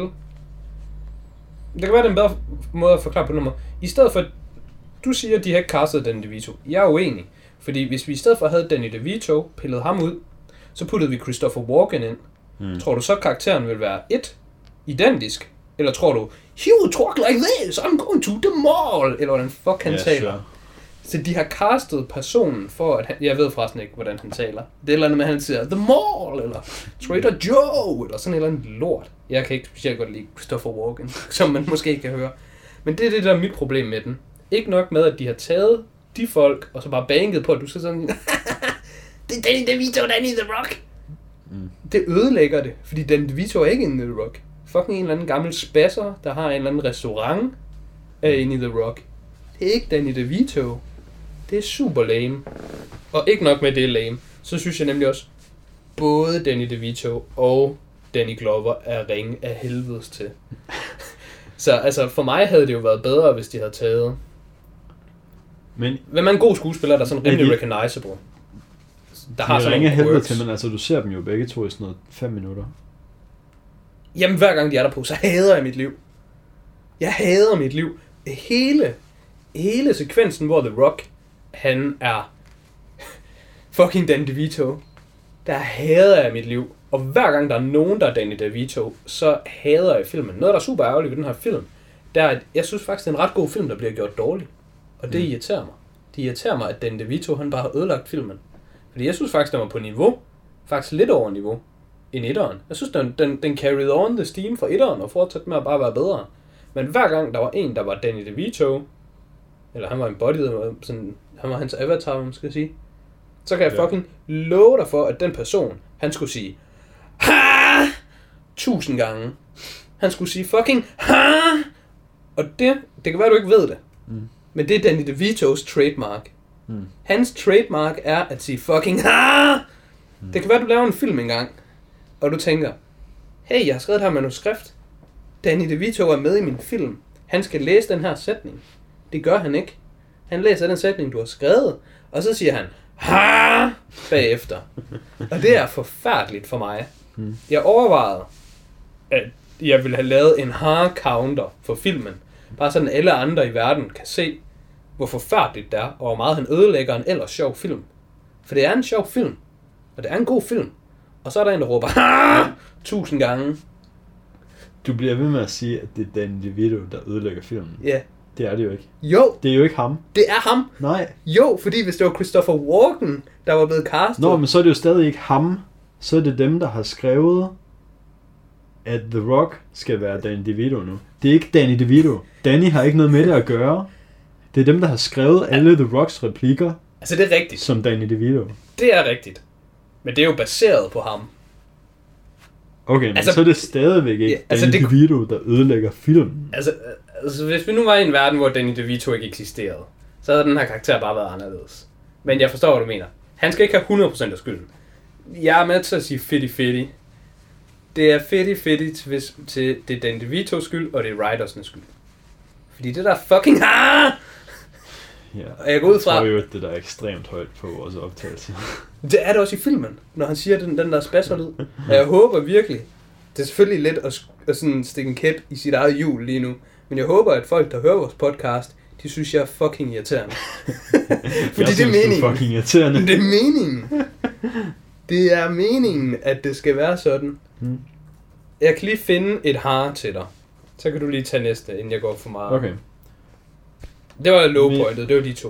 Det kan være, det er en bedre måde at forklare på nummer. I stedet for, du siger, at de har ikke castet Danny DeVito. Jeg er uenig. Fordi hvis vi i stedet for havde Danny DeVito, pillet ham ud, så puttede vi Christopher Walken ind. Mm. Tror du så, karakteren vil være et identisk? Eller tror du, he will talk like this, I'm going to the mall, eller hvordan fuck han yeah, taler. Sure. Så de har castet personen for, at han, jeg ved forresten ikke, hvordan han taler. Det er et eller andet med, at han siger, the mall, eller Trader Joe, eller sådan et eller andet lort. Jeg kan ikke specielt godt lide Christopher Walken, som man måske ikke kan høre. Men det er det, der er mit problem med den. Ikke nok med, at de har taget de folk, og så bare banket på, at du skal sådan, det er Danny DeVito, Danny The Rock. Mm. Det ødelægger det, fordi Danny DeVito er ikke en The Rock. Fucking en eller anden gammel spasser, der har en eller anden restaurant, er inde i The Rock. Det er ikke Danny DeVito. Det er super lame. Og ikke nok med det er lame, så synes jeg nemlig også, både Danny DeVito og Danny Glover er ringe af helvedes til. Så altså, for mig havde det jo været bedre, hvis de havde taget... Men... Hvem er en god skuespiller, der er sådan rimelig de... recognizable? Der har sådan ringe af helvede til, men altså, du ser dem jo begge to i sådan noget fem minutter. Jamen, hver gang de er der på, så hader jeg mit liv. Jeg hader mit liv. Hele, hele sekvensen, hvor The Rock, han er fucking Danny DeVito, der hader jeg mit liv. Og hver gang der er nogen, der er Danny DeVito, så hader jeg filmen. Noget, der er super ærgerligt ved den her film, det er, at jeg synes faktisk, det er en ret god film, der bliver gjort dårlig. Og det mm. irriterer mig. Det irriterer mig, at Danny DeVito, han bare har ødelagt filmen. Fordi jeg synes faktisk, den var på niveau. Faktisk lidt over niveau end etteren. Jeg synes, den, den, den carried on the steam fra etteren, og fortsatte med at bare være bedre. Men hver gang der var en, der var Danny DeVito, eller han var embodied, sådan, han var hans avatar, man skal sige, så kan jeg fucking love dig for, at den person, han skulle sige, ha! Tusind gange. Han skulle sige fucking, ha! Og det, det kan være, du ikke ved det. Mm. Men det er Danny DeVitos trademark. Mm. Hans trademark er at sige fucking, ha! Mm. Det kan være, du laver en film engang, og du tænker, hey, jeg har skrevet det her manuskript. Danny DeVito er med i min film. Han skal læse den her sætning. Det gør han ikke. Han læser den sætning, du har skrevet, og så siger han, ha! Bagefter. Og det er forfærdeligt for mig. Hmm. Jeg overvejede, at jeg ville have lavet en ha-counter for filmen. Bare sådan alle andre i verden kan se, hvor forfærdeligt det er, og hvor meget han ødelægger en ellers sjov film. For det er en sjov film. Og det er en god film. Og så er der en, der råber, ha! Tusind gange. Du bliver ved med at sige, at det er Danny DeVito, der ødelægger filmen. Ja. Yeah. Det er det jo ikke. Jo. Det er jo ikke ham. Det er ham. Nej. Jo, fordi hvis det var Christopher Walken, der var blevet castet. Nå, men så er det jo stadig ikke ham. Så er det dem, der har skrevet, at The Rock skal være Danny DeVito nu. Det er ikke Danny DeVito. Danny har ikke noget med det at gøre. Det er dem, der har skrevet alle The Rocks replikker. Altså, det er rigtigt. Som Danny DeVito. Det er rigtigt. Men det er jo baseret på ham. Okay, men altså, så er det stadigvæk ikke ja, altså Danny det, DeVito, der ødelægger filmen. Altså, altså, hvis vi nu var i en verden, hvor Danny DeVito ikke eksisterede, så havde den her karakter bare været anderledes. Men jeg forstår, hvad du mener. Han skal ikke have hundrede procent af skylden. Jeg er med til at sige fifty-fifty. Det er fifty-fifty til, til det er Danny DeVitos skyld, og det er writersnes skyld. Fordi det der fucking ha! Ja, og jeg går ud fra... Jeg tror jo, at det der er ekstremt højt på vores optagelse. Det er det også i filmen, når han siger den, den der spasserlyd. Og jeg håber virkelig, det er selvfølgelig lidt at, at sådan stikke en kæp i sit eget hjul lige nu, men jeg håber, at folk, der hører vores podcast, de synes, jeg er fucking irriterende. Fordi jeg det er meningen. Du er fucking irriterende. Det er meningen. Det er meningen, at det skal være sådan. Hmm. Jeg kan lige finde et har til dig. Så kan du lige tage næste, inden jeg går for meget. Okay. Det var low pointet, det var de to.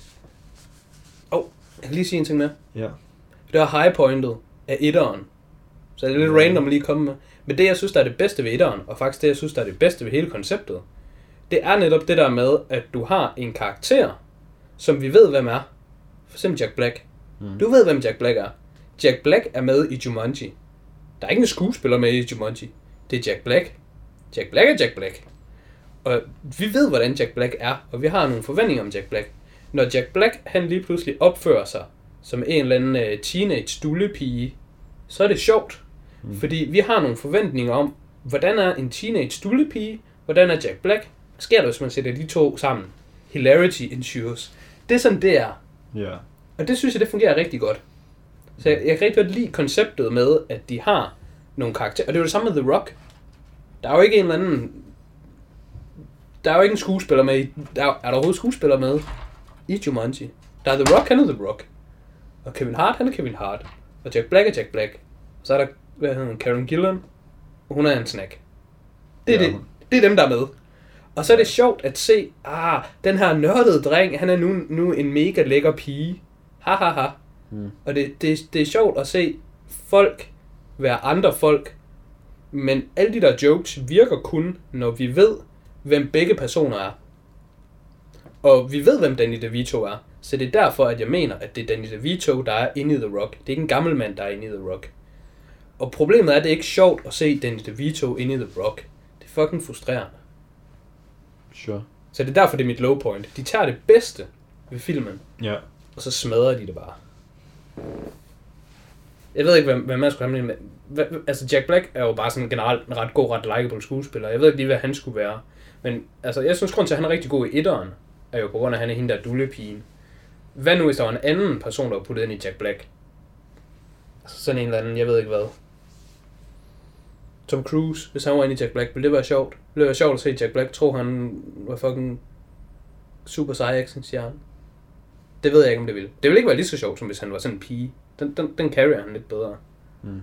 Åh, oh, jeg kan lige sige en ting mere. Ja. Det var high pointet af etteren. Så det er lidt ja. random at lige komme med. Men det, jeg synes, der er det bedste ved etteren, og faktisk det, jeg synes, der er det bedste ved hele konceptet, det er netop det der med, at du har en karakter, som vi ved, hvem er. For eksempel Jack Black. Mm. Du ved, hvem Jack Black er. Jack Black er med i Jumanji. Der er ikke en skuespiller med i Jumanji. Det er Jack Black. Jack Black er Jack Black. Og vi ved, hvordan Jack Black er, og vi har nogle forventninger om Jack Black. Når Jack Black, han lige pludselig opfører sig som en eller anden uh, teenage dullepige, så er det sjovt. Mm. Fordi vi har nogle forventninger om, hvordan er en teenage dullepige, hvordan er Jack Black. Hvad sker der, hvis man sætter de to sammen? Hilarity ensues. Det er sådan, det er. Yeah. Og det synes jeg, det fungerer rigtig godt. Så jeg, jeg kan rigtig godt lide konceptet med, at de har nogle karakterer. Og det er jo det samme med The Rock. Der er jo ikke en eller anden... Der er jo ikke en skuespiller med i... Der er, er der overhovedet skuespiller med i Jumanji? Der er The Rock, han er The Rock. Og Kevin Hart, han er Kevin Hart. Og Jack Black er Jack Black. Og så er der, hvad hedder han, Karen Gillan. Og hun er en snack. Det er, ja, det, Det er dem, der er med. Og så er det sjovt at se, ah, den her nørdede dreng, han er nu, nu en mega lækker pige. Ha, ha, ha. Mm. Og det, det, det er sjovt at se folk være andre folk, men alle de der jokes virker kun, når vi ved, hvem begge personer er. Og vi ved, hvem Danny DeVito er. Så det er derfor, at jeg mener, at det er Danny DeVito, der er inde i The Rock. Det er ikke en gammel mand, der er inde i The Rock. Og problemet er, at det er ikke sjovt at se Danny DeVito inde i The Rock. Det er fucking frustrerende. Sure. Så det er derfor, det er mit low point. De tager det bedste ved filmen, ja. Og så smadrer de det bare. Jeg ved ikke, hvad, hvad man skulle have med. Altså, Jack Black er jo bare sådan generelt en ret god, ret likeable skuespiller. Jeg ved ikke lige, hvad han skulle være. Men altså, jeg synes, grund til, at han er rigtig god i etteren, er jo på grund af, at han er hende der dullepigen. Hvad nu, hvis der var en anden person, der var puttet ind i Jack Black? Altså sådan en eller anden, jeg ved ikke hvad. Tom Cruise, hvis han var inde i Jack Black, ville det være sjovt? Ville det være sjovt at se Jack Black, tror han var fucking super sej actionstjerne? Det ved jeg ikke, om det ville. Det ville ikke være lige så sjovt, som hvis han var sådan en pige. Den, den, den carrier han lidt bedre. Mm.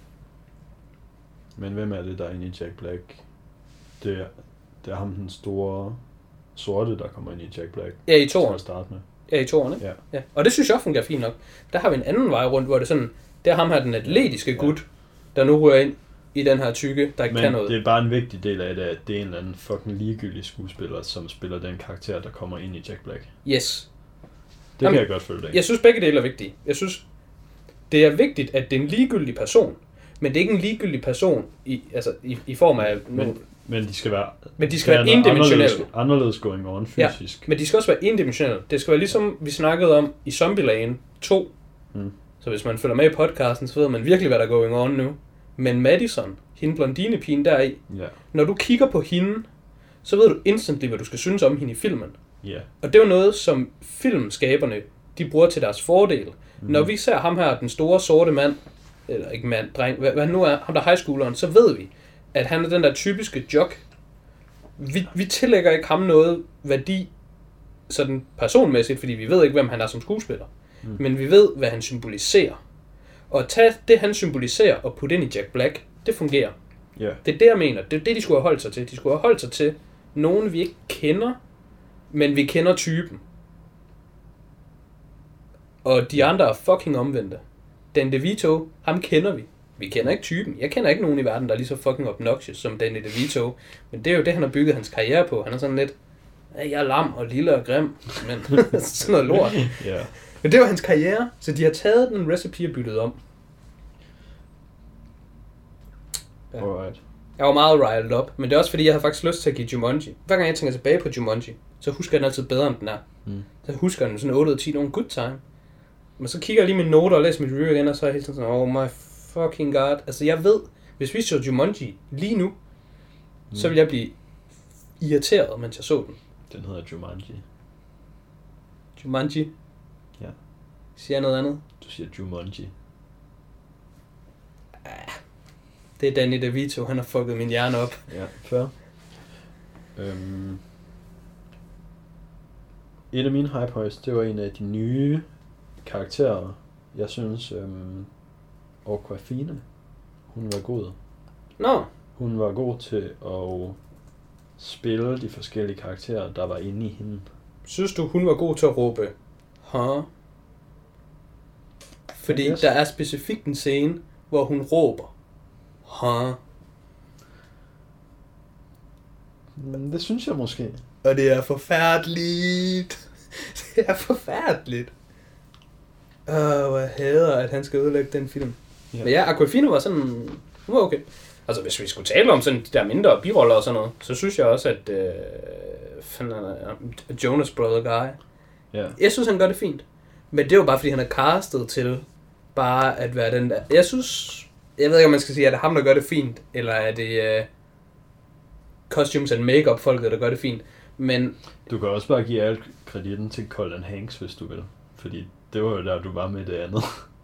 Men hvem er det, der er inde i Jack Black? Det er, det er ham, den store sorte, der kommer ind i Jack Black. Ja, i toeren. Starte med. Ja, i toeren, ikke? Ja. Ja. Og det synes jeg fungerer fint nok. Der har vi en anden vej rundt, hvor det sådan, der er ham her, den atletiske gut, der nu rører ind i den her tykke, der ikke Men kan noget. det er bare en vigtig del af det, at det er en eller anden fucking ligegyldig skuespiller, som spiller den karakter, der kommer ind i Jack Black. Yes. Det Jamen, kan jeg godt følge dig. Jeg synes, begge dele er vigtige. Jeg synes, det er vigtigt, at det er en ligegyldig person, men det er ikke en ligegyldig person i, altså, i, i form af... Men, men de skal være... Men de skal være endimensionelle. Anderledes, anderledes going on fysisk. Ja, men de skal også være endimensionelle. Det skal være ligesom vi snakkede om i Zombieland to. Mm. Så hvis man følger med i podcasten, så ved man virkelig, hvad der er going on nu. Men Madison, hende blondinepigen deri, ja. Når du kigger på hende, så ved du instantly, hvad du skal synes om hende i filmen. Yeah. Og det er jo noget, som filmskaberne, de bruger til deres fordel. Mm. Når vi ser ham her, den store sorte mand, eller ikke mand, dreng, hvad, hvad han nu er, ham der high schooleren, så ved vi, at han er den der typiske jock. Vi, vi tillægger ikke ham noget værdi, sådan personmæssigt, fordi vi ved ikke, hvem han er som skuespiller. Mm. Men vi ved, hvad han symboliserer. Og at tage det, han symboliserer, og putte ind i Jack Black, det fungerer. Yeah. Det er det, jeg mener. Det er det, de skulle have holdt sig til. De skulle have holdt sig til nogen, vi ikke kender, men vi kender typen. Og de andre er fucking omvendte. Danny DeVito, ham kender vi. Vi kender ikke typen. Jeg kender ikke nogen i verden, der er lige så fucking obnoxious som Danny DeVito. Men det er jo det, han har bygget hans karriere på. Han er sådan lidt, jeg er lam og lille og grim, men sådan noget lort. Yeah. Men det var hans karriere, så de har taget den recipe og byttet om. Ja. Alright. Jeg var meget riled up, men det er også fordi, jeg har faktisk lyst til at give Jumanji. Hver gang jeg tænker tilbage på Jumanji, så husker jeg den altid bedre, end den er. Mm. Så husker jeg den sådan otte ud af ti, nogle good time. Men så kigger jeg lige mine noter og læser mit review igen, og så er jeg helt sådan, oh my fucking god. Altså jeg ved, hvis vi så Jumanji lige nu, mm. så vil jeg blive irriteret, mens jeg så den. Den hedder Jumanji. Jumanji? Ja. Siger jeg noget andet? Du siger Jumanji. Ah, det er Danny DeVito, han har fucket min hjerne op. Ja, fair. Øhm. Et af mine high points, det var en af de nye karakterer, jeg synes, øhm, Awkwafina, hun var god. Nå. No. Hun var god til at spille de forskellige karakterer, der var inde i hende. Synes du, hun var god til at råbe, huh? Fordi yes. Der er specifikt en scene, hvor hun råber, huh? Men det synes jeg måske. Og det er forfærdeligt. Det er forfærdeligt. Åh, uh, hvor jeg hader, at han skal ødelægge den film. Yeah. Men ja, Awkwafina var sådan, hun var okay. Altså, hvis vi skulle tale om sådan de der mindre biroller og sådan noget, så synes jeg også, at uh, Jonas Brother Guy, yeah. Jeg synes, han gør det fint. Men det er jo bare, fordi han er castet til bare at være den der. Jeg synes, jeg ved ikke, om man skal sige, at det er ham, der gør det fint, eller er det uh, costumes and makeup folket, der gør det fint. Men du kan også bare give al kreditten til Colin Hanks, hvis du vil. Fordi det var jo der, du var med det andet.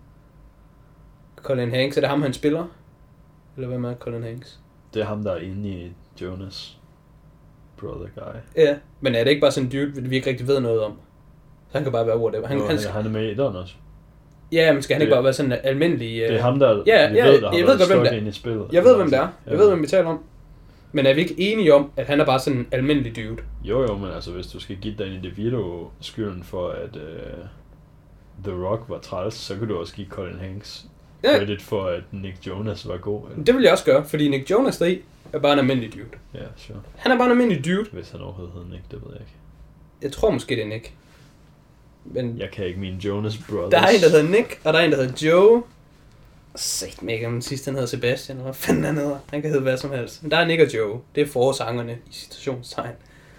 Colin Hanks, er det ham, han spiller? Eller hvem er Colin Hanks? Det er ham, der er inde i Jonas Brother Guy. Ja, men er det ikke bare sådan en dude, vi ikke rigtig ved noget om? Så han kan bare være whatever. Han, jo, han, han er med i den også. Ja, men skal han det, ikke bare være sådan en almindelig... Uh... Det er ham, der ja, vi ja, ved, der har jeg været ved godt, hvem det ind i spillet. Jeg ved, hvem det er. Jeg ja. ved, hvem vi taler om. Men er vi ikke enige om, at han er bare sådan en almindelig dude? Jo jo, men altså hvis du skal give Danny DeVito skylden for, at uh, The Rock var træls, så kan du også give Colin Hanks ja. credit for, at Nick Jonas var god. Eller? Det vil jeg også gøre, fordi Nick Jonas der i er bare en almindelig dude. Ja, sure. Han er bare en almindelig dude. Hvis han overhovedet hedder Nick, det ved jeg ikke. Jeg tror måske, det er Nick. Men jeg kan ikke mine Jonas Brothers. Der er en, der hedder Nick, og der er en, der hedder Joe. Sæt mig ikke, om den sidste, han hedder Sebastian, eller hvad fanden han hedder. Han kan hedde hvad som helst. Men der er Nick og Joe. Det er forsangerne i citationstegn.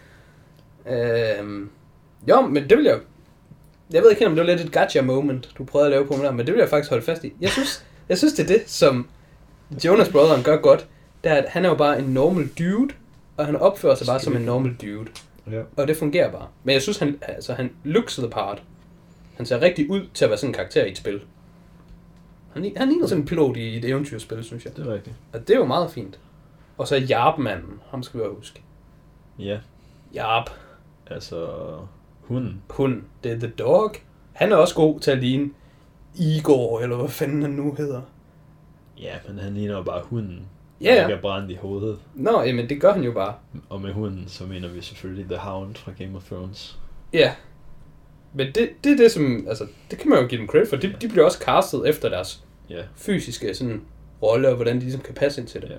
Øhm, jo, men det vil jeg... Jeg ved ikke, om det var lidt et gotcha moment, du prøvede at lave på mig der, men det vil jeg faktisk holde fast i. Jeg synes, jeg synes det er det, som Jonas Brotheren gør godt. Det er, at han er jo bare en normal dude, og han opfører sig bare som en normal dude. Ja. Og det fungerer bare. Men jeg synes, han, altså, han looks the part. Han ser rigtig ud til at være sådan en karakter i et spil. Han, han ligner sådan en pilot i et eventyrspil, synes jeg. Det er rigtigt. Og det er jo meget fint. Og så Jarp-manden, ham skal vi også huske. Ja. Jarp. Altså, hunden. Hunden. Det er The Dog. Han er også god til at ligne Igor, eller hvad fanden han nu hedder. Ja, men han ligner jo bare hunden. Ja, ja. Han er brændt i hovedet. Nå, jamen det gør han jo bare. Og med hunden, så mener vi selvfølgelig The Hound fra Game of Thrones. Ja. Men det, det er det, som... Altså, det kan man jo give dem credit for. De, de bliver også castet efter deres ja. fysiske sådan, rolle, og hvordan de ligesom kan passe ind til det. Ja.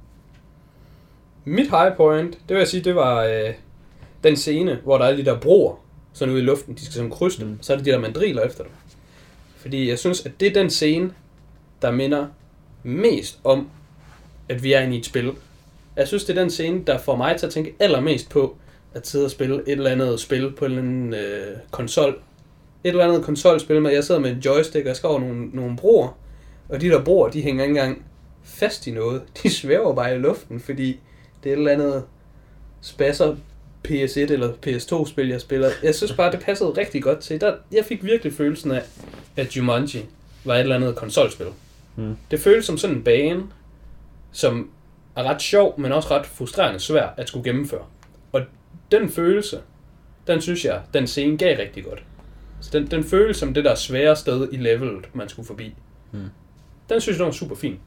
Mit high point, det vil jeg sige, det var øh, den scene, hvor der er de der broer, sådan ude i luften, de skal sådan krydse dem, mm. så er det de der mandriler efter dem. Fordi jeg synes, at det er den scene, der minder mest om, at vi er inde i et spil. Jeg synes, det er den scene, der får mig til at tænke allermest på, at sidde og spille et eller andet spil på en eller anden øh, konsol. Et eller andet konsolspil med, jeg sidder med en joystick, og jeg skal over nogle, nogle broer, og de der broer, de hænger ikke engang fast i noget. De svæver bare i luften, fordi det er et eller andet spasser P S et eller P S to spil, jeg spiller. Jeg synes bare, det passede rigtig godt til. Der, jeg fik virkelig følelsen af, at Jumanji var et eller andet konsolspil. Hmm. Det føles som sådan en bane, som er ret sjov, men også ret frustrerende svær at skulle gennemføre. Og den følelse, den synes jeg, den scene gav rigtig godt. Så den, den føles som det der svære sted i levelet, man skulle forbi. Hmm. Den synes jeg, var super fin.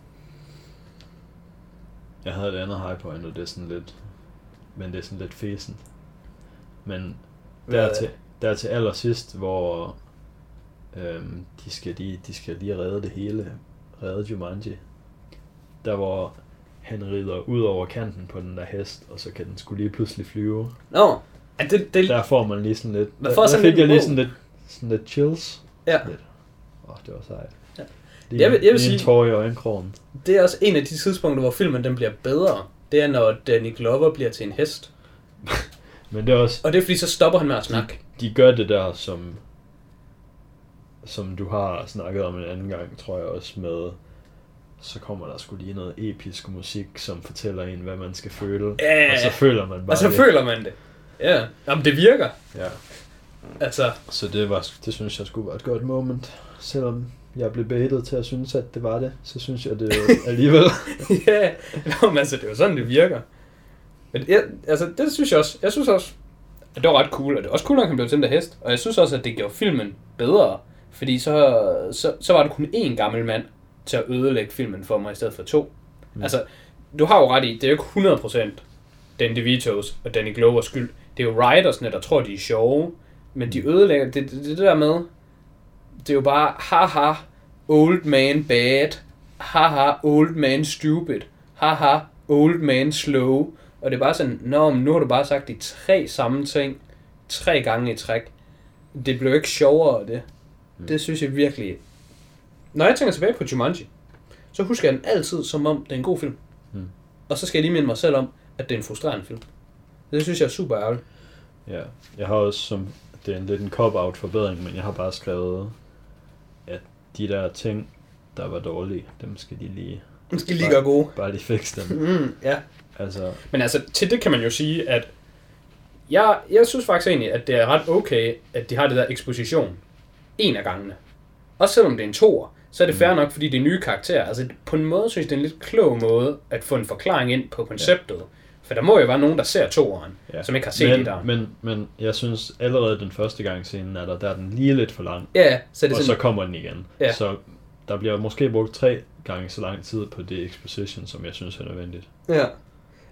Jeg havde et andet high point, og det er sådan lidt, men det er sådan lidt fesen. Men der til, der til allersidst, hvor øhm, de, skal, de, de skal lige redde det hele, redde Jumanji, der hvor han rider ud over kanten på den der hest, og så kan den skulle lige pludselig flyve. Nå, no. det, det... Der får man lige sådan lidt, der, der sådan fik lidt jeg lige sådan lidt, sådan lidt chills. Ja. Lidt. Åh, oh, det var sejt. Ja. Lige, jeg vil, jeg vil lige sige, en tår i øjenkrogen. Det er også en af de tidspunkter, hvor filmen den bliver bedre. Det er, når Danny Glover bliver til en hest. Men det er også... Og det er fordi, så stopper han med at snakke. De, de gør det der, som... Som du har snakket om en anden gang, tror jeg også med... Så kommer der sgu lige noget episk musik, som fortæller en, hvad man skal føle. Ja, og så føler man bare Og så det. føler man det. Ja, jamen det virker. Ja. Altså... Så det, var, det synes jeg skulle være et godt moment. Selvom jeg blev baitet til at synes, at det var det, så synes jeg det alligevel. Ja, men altså det er jo sådan, det virker. Men jeg, altså det synes jeg også, jeg synes også, at det var ret cool, og det var også cool, at han blev til den der hest. Og jeg synes også, at det gjorde filmen bedre, fordi så, så, så var det kun én gammel mand til at ødelægge filmen for mig, i stedet for to. Mm. Altså, du har jo ret i, det er jo ikke hundrede procent Danny DeVitos og Danny Glovers skyld. Det er jo writersne, der tror, de er sjove, men de ødelægger, det, det, det der med, det er jo bare, haha, old man bad, haha, old man stupid, haha, old man slow. Og det er bare sådan, nå, nu har du bare sagt de tre samme ting, tre gange i træk. Det blev ikke sjovere af det. Mm. Det synes jeg virkelig. Når jeg tænker tilbage på Jumanji, så husker jeg den altid som om, det er en god film. Mm. Og så skal jeg lige minde mig selv om, at det er en frustrerende film. Det synes jeg er super ærgerligt. Ja, jeg har også som, det er en lidt en cop-out forbedring, men jeg har bare skrevet, at de der ting, der var dårlige, dem skal de lige... De skal lige gøre gode. Bare de fikse dem. Mm, ja. Altså... Men altså, til det kan man jo sige, at jeg, jeg synes faktisk egentlig, at det er ret okay, at de har det der eksposition en af gangene. Også selvom det er en toer, så er det fair nok, fordi det er nye karakterer. Altså på en måde synes jeg, det er en lidt klog måde at få en forklaring ind på konceptet. Ja. For der må jo være nogen, der ser toeren, ja. Som ikke har set men, det der. Men, men jeg synes allerede den første gang scenen er der, der er den lige lidt for lang. Ja, så er det og sådan, så kommer den igen. Ja. Så der bliver måske brugt tre gange så lang tid på det exposition, som jeg synes er nødvendigt. Ja.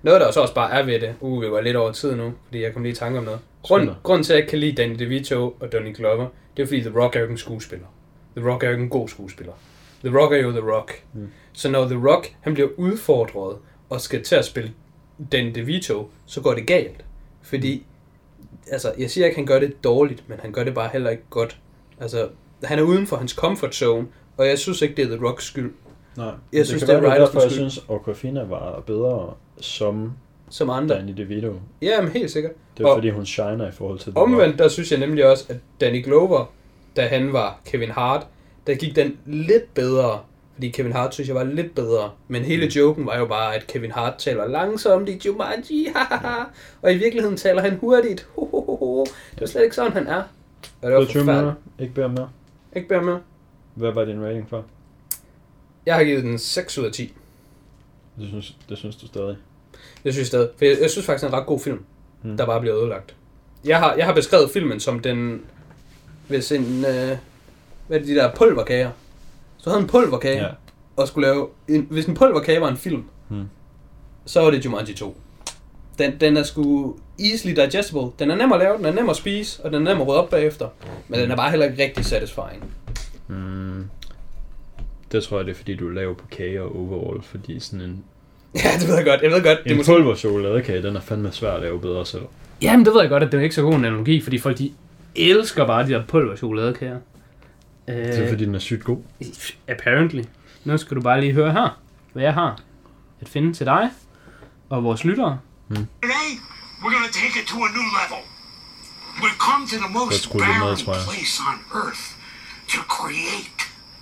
Noget, der så også bare er ved det, uh, vi var lidt over tid nu, fordi jeg kom lige i tanke om noget. Grund, grunden til, at jeg ikke kan lide Danny DeVito og Donnie Glover, det er fordi The Rock er jo ikke en skuespiller. The Rock er jo ikke en god skuespiller. The Rock er jo The Rock. Mm. Så når The Rock, han bliver udfordret og skal til at spille Danny DeVito, så går det galt. Fordi, altså, jeg siger ikke, at han gør det dårligt, men han gør det bare heller ikke godt. Altså, han er uden for hans comfort zone, og jeg synes ikke, det er The Rocks skyld. Nej, jeg det synes, kan det er være, derfor, jeg skyld. synes, Awkwafina var bedre som, som andre. Danny DeVito. Ja, men helt sikkert. Det er fordi, hun shiner i forhold til det. Omvendt, der synes jeg nemlig også, at Danny Glover, da han var Kevin Hart, der gik den lidt bedre. Fordi Kevin Hart synes jeg var lidt bedre. Men hele mm. joken var jo bare, at Kevin Hart taler langsomt i Jumanji. Og i virkeligheden taler han hurtigt. Det er slet ikke sådan, han er. Og det var forfærdeligt. Ikke bære mere. Ikke bære mere. Hvad var din rating for? Jeg har givet den seks ud af ti. Det synes, det synes du stadig? Det synes jeg stadig. For jeg, jeg synes faktisk, det er en ret god film, mm. der bare bliver ødelagt. Jeg har, jeg har beskrevet filmen som den... Hvis en... Øh, hvad er det, de der pulverkager? Så havde en pulverkage, ja. Og skulle lave... En, hvis en pulverkage var en film, mm. så var det Jumanji to. Den, den er sgu easily digestible. Den er nem at lave, den er nem at spise, og den er nem at rydde op bagefter. Men den er bare heller ikke rigtig satisfying. Mm. Det tror jeg, det er fordi, du er lav på kager overall, fordi sådan en... Ja, det ved jeg godt, jeg ved godt. En pulverchokoladekage, den er fandme svær at lave bedre selv. Jamen, det ved jeg godt, at det er ikke så god en analogi, fordi folk, de elsker bare de der pulverchokoladekager. Det er fordi, den er sygt god. Apparently. Nu skal du bare lige høre her, hvad jeg har at finde til dig og vores lyttere. Hmm. Today, we're gonna take it to a new level. We've come to the most barren place on Earth to create.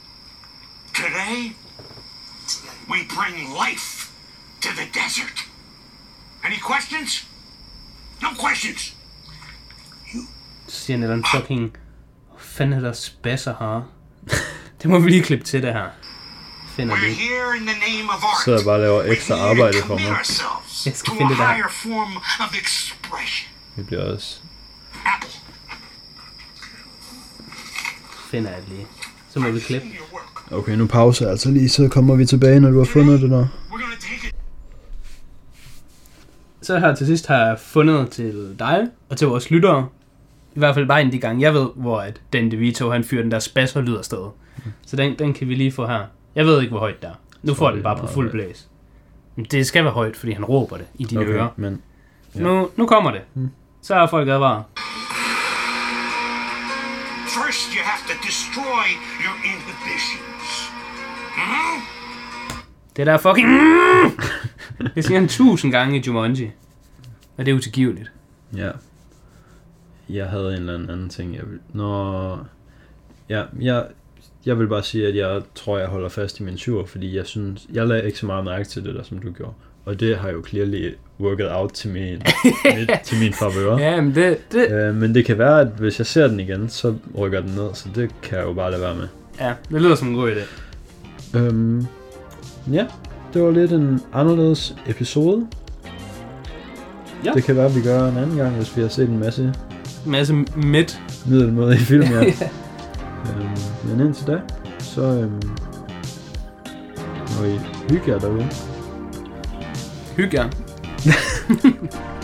Today, we bring life to the desert. Any questions? No questions. You. Så siger han, en fucking... Hvor fanden er der spasser her? Det må vi lige klippe til det her. Finder det. Så jeg bare laver ekstra arbejde for mig. Jeg skal finde det der. Det bliver også... Finder jeg det lige. Så må vi klippe. Okay, nu pauser jeg altså lige, så kommer vi tilbage, når du har fundet det der. Så her til sidst har jeg fundet til dig og til vores lyttere. I hvert fald bare en de gange, jeg ved, hvor at Danny DeVito, han fyrer den der spasser lyd af stedet. Mm. Så den, den kan vi lige få her. Jeg ved ikke, hvor højt det er. Nu får den bare på fuld blæs. Det skal være højt, fordi han råber det i dine okay, ører. Men, ja. nu, nu kommer det. Mm. Så er folk advaret. First you have to destroy your inhibitions. Mm? Det der fucking... Det siger han tusind gange i Jumanji. Og det er utilgiveligt. Ja. Jeg havde en eller anden ting, jeg vil... Nå... Ja, jeg... Jeg vil bare sige, at jeg tror, jeg holder fast i min syver, fordi jeg synes... Jeg lagde ikke så meget mærke til det der, som du gjorde. Og det har jo clearly worked out til min, mit, til min favør. Ja, men det... det... Øh, men det kan være, at hvis jeg ser den igen, så rykker den ned, så det kan jeg jo bare lade være med. Ja, det lyder som en god idé. Øhm, ja, det var lidt en anderledes episode. Ja. Det kan være, at vi gør en anden gang, hvis vi har set en masse... masse midt. Middelmåde i film, ja. Ja. Øhm, men indtil da, så øhm, må I hygge jer derude. Hygge jer.